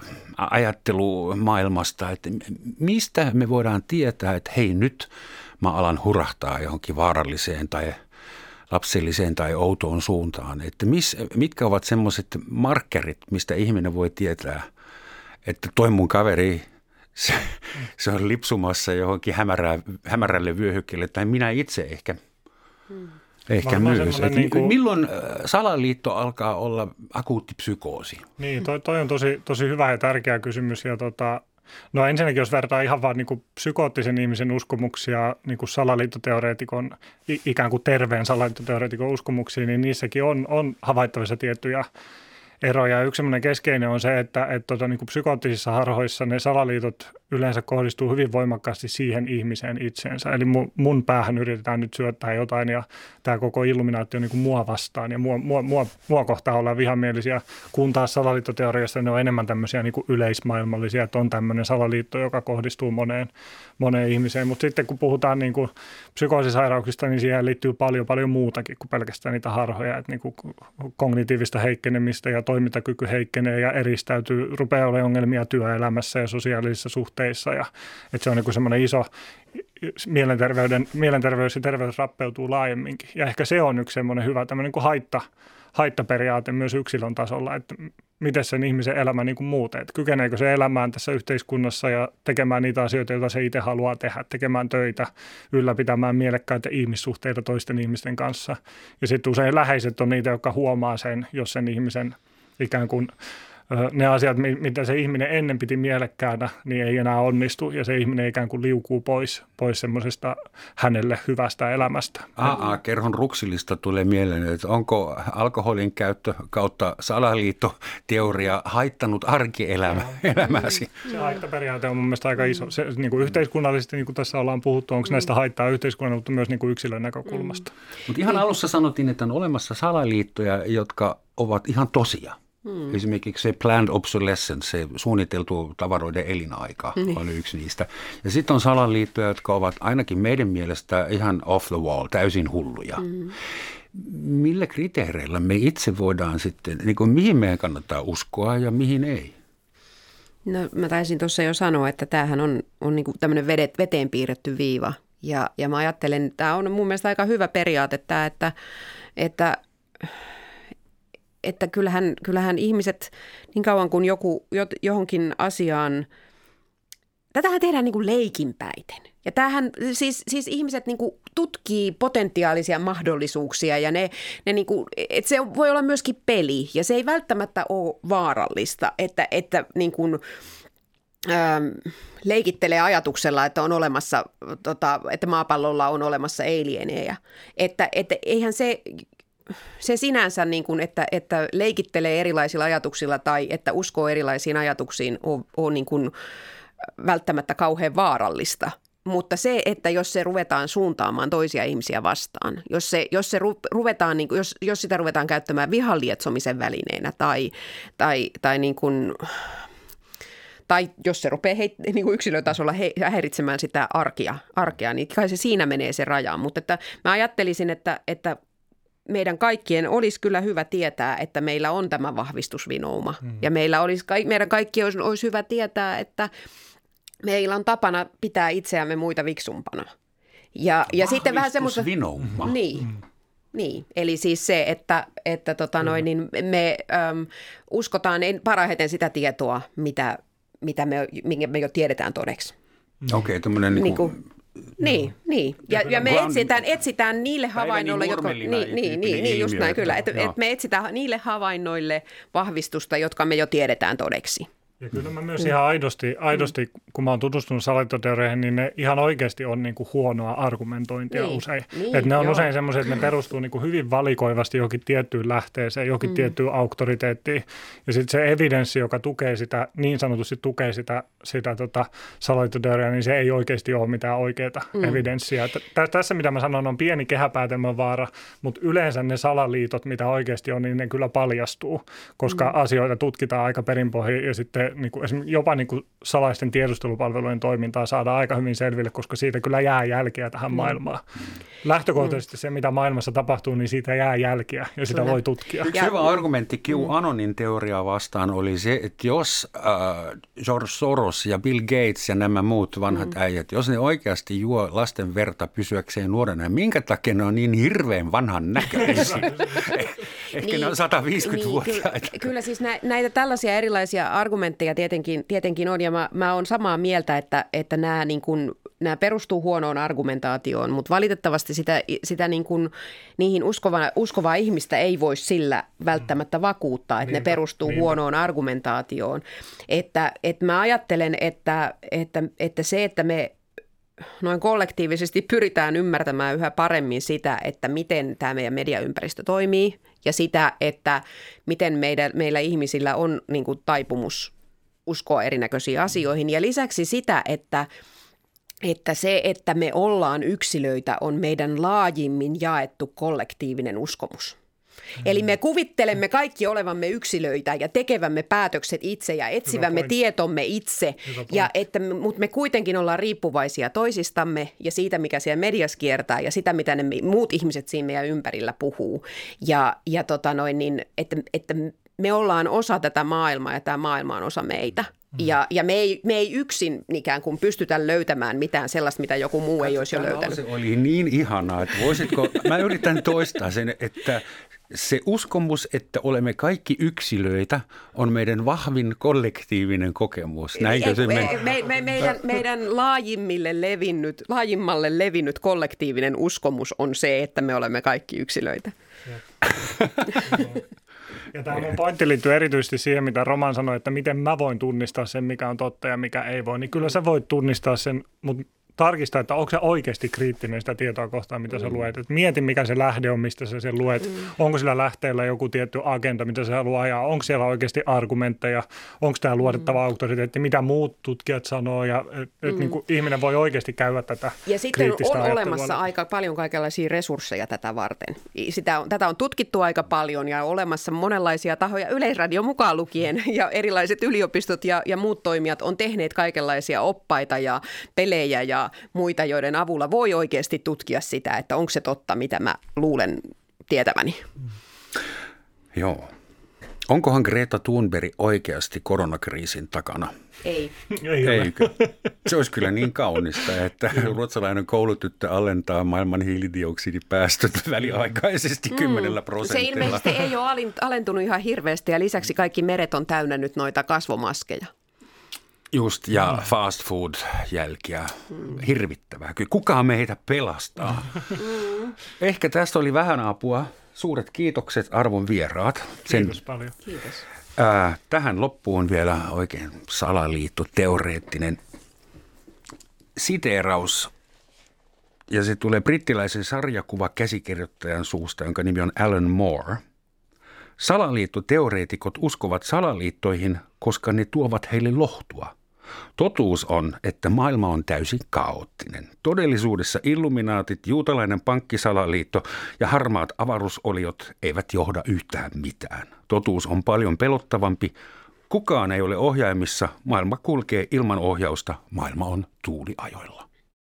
ajattelumaailmasta, että mistä me voidaan tietää, että hei nyt mä alan hurahtaa johonkin vaaralliseen tai lapselliseen tai outoon suuntaan. Että mis, mitkä ovat semmoiset markkerit, mistä ihminen voi tietää, että toi mun kaveri, se, se on lipsumassa johonkin hämärää, hämärälle vyöhykkeelle tai minä itse ehkä. Hmm. Ehkä myös. Niin kuin... Milloin salaliitto alkaa olla akuutti psykoosi? Niin, toi, toi on tosi, tosi hyvä ja tärkeä kysymys. Ja tota, no ensinnäkin, jos vertaa ihan vaan niin kuin psykoottisen ihmisen uskomuksia niin kuin salaliittoteoreetikon, ikään kuin terveen salaliittoteoreetikon uskomuksia, niin niissäkin on, on havaittavissa tiettyjä eroja. Yksi sellainen keskeinen on se, että, että tota, niin kuin psykoottisissa harhoissa ne salaliitot yleensä kohdistuu hyvin voimakkaasti siihen ihmiseen itseensä. Eli mun, mun päähän yritetään nyt syöttää jotain ja tämä koko illuminaatio on niin kuin mua vastaan ja mua, mua, mua, mua kohtaan ollaan vihamielisiä, kun taas salaliittoteoriassa ne on enemmän tämmöisiä niin kuin yleismaailmallisia, että on tämmöinen salaliitto, joka kohdistuu moneen, moneen ihmiseen. Mutta sitten kun puhutaan niin kuin psykoosisairauksista, niin siihen liittyy paljon, paljon muutakin kuin pelkästään niitä harhoja, että niin kuin kognitiivista heikkenemistä ja toimintakyky heikkenee ja eristäytyy, rupeaa olemaan ongelmia työelämässä ja sosiaalisissa suhteissa. Ja, että se on niin semmoinen iso mielenterveyden, mielenterveys ja terveys rappeutuu laajemminkin. Ja ehkä se on yksi semmoinen hyvä tämmöinen niin kuin haitta, haittaperiaate myös yksilön tasolla, että miten sen ihmisen elämä niin kuin muuten, että kykeneekö se elämään tässä yhteiskunnassa ja tekemään niitä asioita, joita se itse haluaa tehdä, tekemään töitä, ylläpitämään mielekkäitä ihmissuhteita toisten ihmisten kanssa. Ja sitten usein läheiset on niitä, jotka huomaa sen, jos sen ihmisen ikään kuin ne asiat, mitä se ihminen ennen piti mielekkäänä, niin ei enää onnistu ja se ihminen ikään kuin liukuu pois, pois semmoisesta hänelle hyvästä elämästä. Aa, kerhon ruksilista tulee mieleen, että onko alkoholin käyttö kautta salaliittoteoria haittanut arkielämääsi? Se haittaperiaate on mun mielestä aika iso. Se, niin kuin yhteiskunnallisesti, niin kuin tässä ollaan puhuttu, onko näistä haittaa yhteiskunnan, mutta myös niin kuin yksilön näkökulmasta. Mutta ihan alussa sanottiin, että on olemassa salaliittoja, jotka ovat ihan tosia. Hmm. Esimerkiksi se planned obsolescence, se suunniteltu tavaroiden elinaika hmm. on yksi niistä. Ja sitten on salaliittoja, jotka ovat ainakin meidän mielestä ihan off the wall, täysin hulluja. Hmm. Millä kriteereillä me itse voidaan sitten, niin kuin mihin meidän kannattaa uskoa ja mihin ei? No mä taisin tuossa jo sanoa, että tämähän on, on niin kuin tämmöinen vedet, veteen piirretty viiva. Ja, ja mä ajattelen, että tämä on mun mielestä aika hyvä periaate tämä, että, että että kyllähän, kyllähän ihmiset niin kauan kuin joku johonkin asiaan, tätähän tehdään niin kuin leikinpäiten. Ja tämähän, siis, siis ihmiset niin kuin tutkii potentiaalisia mahdollisuuksia ja ne, ne niin kuin, että se voi olla myöskin peli ja se ei välttämättä ole vaarallista, että, että niin kuin, ähm, leikittelee ajatuksella, että on olemassa, tota, että maapallolla on olemassa alieneja. Että, että eihän se... Se sinänsä, niin kuin, että, että leikittelee erilaisilla ajatuksilla tai että uskoo erilaisiin ajatuksiin, on, on niin kuin välttämättä kauhean vaarallista. Mutta se, että jos se ruvetaan suuntaamaan toisia ihmisiä vastaan, jos, se, jos, se ru, ruvetaan, niin kuin, jos, jos sitä ruvetaan käyttämään vihan lietsomisen välineenä tai, tai, tai, niin kuin, tai jos se rupeaa heit, niin kuin yksilötasolla he, häiritsemään sitä arkea, arkea, niin kai se siinä menee se raja. Mutta että mä ajattelisin, että, että meidän kaikkien olisi kyllä hyvä tietää, että meillä on tämä vahvistusvinouma. Mm. Ja meillä olisi, meidän kaikkien olisi, olisi hyvä tietää, että meillä on tapana pitää itseämme muita viksumpana. Ja, ja sitten vähän semmoista... Vahvistusvinouma. Niin. Mm. Niin, eli siis se, että, että tota noin, niin me äm, uskotaan parhaiten sitä tietoa, mitä, mitä me, minkä me jo tiedetään todeksi. Okei, okay, tämmöinen niin kuin... Niin, niin, niin. Ja, ja me etsitään, etsitään niille havainnoille, jotka... Niin, niin, niin, niin just näin kyllä, että et me etsitään niille havainnoille vahvistusta, jotka me jo tiedetään todeksi. Ja kyllä mä myös ihan aidosti, aidosti kun mä oon tutustunut salaliittoteorioihin, niin ne ihan oikeasti on niin kuin huonoa argumentointia niin, usein. Niin, että ne on joo. usein semmoiset, että ne perustuu niin kuin hyvin valikoivasti johonkin tiettyyn lähteeseen, johonkin mm. tiettyyn auktoriteettiin. Ja sitten se evidenssi, joka tukee sitä, niin sanotusti tukee sitä, sitä tota salaliittoteoriaa, niin se ei oikeasti ole mitään oikeaa mm. evidenssiä. Tä, tässä, mitä mä sanon, on pieni kehäpäätelmän vaara, mutta yleensä ne salaliitot, mitä oikeasti on, niin ne kyllä paljastuu, koska mm. asioita tutkitaan aika perinpohjin ja sitten niin kuin esimerkiksi jopa niin kuin salaisten tiedustelupalvelujen toimintaa saadaan aika hyvin selville, koska siitä kyllä jää jälkeä tähän mm. maailmaan. Lähtökohtaisesti mm. se, mitä maailmassa tapahtuu, niin siitä jää jälkeä ja sitä kyllä. voi tutkia. Yksi hyvä argumentti QAnonin teoriaa vastaan oli se, että jos äh, George Soros ja Bill Gates ja nämä muut vanhat mm. äijät, jos ne oikeasti juo lasten verta pysyäkseen nuorena, minkä takia ne on niin hirveän vanhan näköisiä? Ehkä niin, ne on sata viisikymmentävuotiaita. Niin, kyllä, kyllä siis nä, näitä tällaisia erilaisia argumentteja tietenkin, tietenkin on, ja mä, mä oon samaa mieltä, että, että nämä, niin kuin, nämä perustuu huonoon argumentaatioon, mutta valitettavasti sitä, sitä niin kuin, niihin uskova, uskovaa ihmistä ei voi sillä välttämättä vakuuttaa, että niinpä, ne perustuu niinpä. huonoon argumentaatioon. Että, että mä ajattelen, että, että, että se, että me noin kollektiivisesti pyritään ymmärtämään yhä paremmin sitä, että miten tämä meidän mediaympäristö toimii ja sitä, että miten meidän, meillä ihmisillä on niin kuin taipumus uskoa erinäköisiin asioihin. Ja lisäksi sitä, että, että se, että me ollaan yksilöitä, on meidän laajimmin jaettu kollektiivinen uskomus. Eli me kuvittelemme kaikki olevamme yksilöitä ja tekevämme päätökset itse ja etsivämme tietomme itse, ja että, mutta me kuitenkin ollaan riippuvaisia toisistamme ja siitä, mikä siellä mediassa kiertää ja sitä, mitä ne muut ihmiset siinä meidän ympärillä puhuu. Ja, ja tota noin, niin, että, että me ollaan osa tätä maailmaa ja tämä maailma on osa meitä. Ja, ja me, ei, me ei yksin ikään kuin pystytä löytämään mitään sellaista, mitä joku muu Katso, ei olisi jo löytänyt. Se oli niin ihanaa, että voisitko, mä yritän toistaa sen, että se uskomus, että olemme kaikki yksilöitä, on meidän vahvin kollektiivinen kokemus. Näinkö se me, me, me, meidän, meidän laajimmille levinnyt, laajimmalle levinnyt kollektiivinen uskomus on se, että me olemme kaikki yksilöitä. Ja tämä mun pointti liittyy erityisesti siihen, mitä Roman sanoi, että miten mä voin tunnistaa sen, mikä on totta ja mikä ei voi. Niin kyllä sä voit tunnistaa sen, mutta tarkistaa, että onko se oikeasti kriittinen sitä tietoa kohtaan, mitä mm. sä luet. Et mieti, mikä se lähde on, mistä sä sen luet. Mm. Onko sillä lähteellä joku tietty agenda, mitä sä haluaa ajaa? Onko siellä oikeasti argumentteja? Onko tämä luotettava mm. auktoriteetti? Mitä muut tutkijat sanoo? Ja et, mm. et, niin kuin ihminen voi oikeasti käydä tätä ja sitten on olemassa aika paljon kaikenlaisia resursseja tätä varten. Sitä on, tätä on tutkittu aika paljon ja on olemassa monenlaisia tahoja, Yleisradio mukaan lukien, ja erilaiset yliopistot ja, ja muut toimijat on tehneet kaikenlaisia oppaita ja pelejä ja muita, joiden avulla voi oikeasti tutkia sitä, että onko se totta, mitä mä luulen tietäväni. Joo. Onkohan Greta Thunberg oikeasti koronakriisin takana? Ei. Eikö? Se olisi kyllä niin kaunista, että ruotsalainen koulutyttö alentaa maailman hiilidioksidipäästöt väliaikaisesti kymmenellä prosentilla. Se ilmeisesti ei ole alentunut ihan hirveästi ja lisäksi kaikki meret on täynnä nyt noita kasvomaskeja. Just, ja mm. fast food-jälkiä. Mm. Hirvittävää. Kukaan meitä pelastaa. Mm. Ehkä tästä oli vähän apua. Suuret kiitokset, arvon vieraat. Sen, Kiitos paljon. Kiitos. Ää, tähän loppuun vielä oikein salaliitto, teoreettinen siteeraus. Ja se tulee brittiläisen sarjakuva-käsikirjoittajan suusta, jonka nimi on Alan Moore. Salaliittoteoreetikot uskovat salaliittoihin, koska ne tuovat heille lohtua. Totuus on, että maailma on täysin kaoottinen. Todellisuudessa illuminaatit, juutalainen pankkisalaliitto ja harmaat avaruusoliot eivät johda yhtään mitään. Totuus on paljon pelottavampi. Kukaan ei ole ohjaimissa. Maailma kulkee ilman ohjausta. Maailma on tuuliajoilla.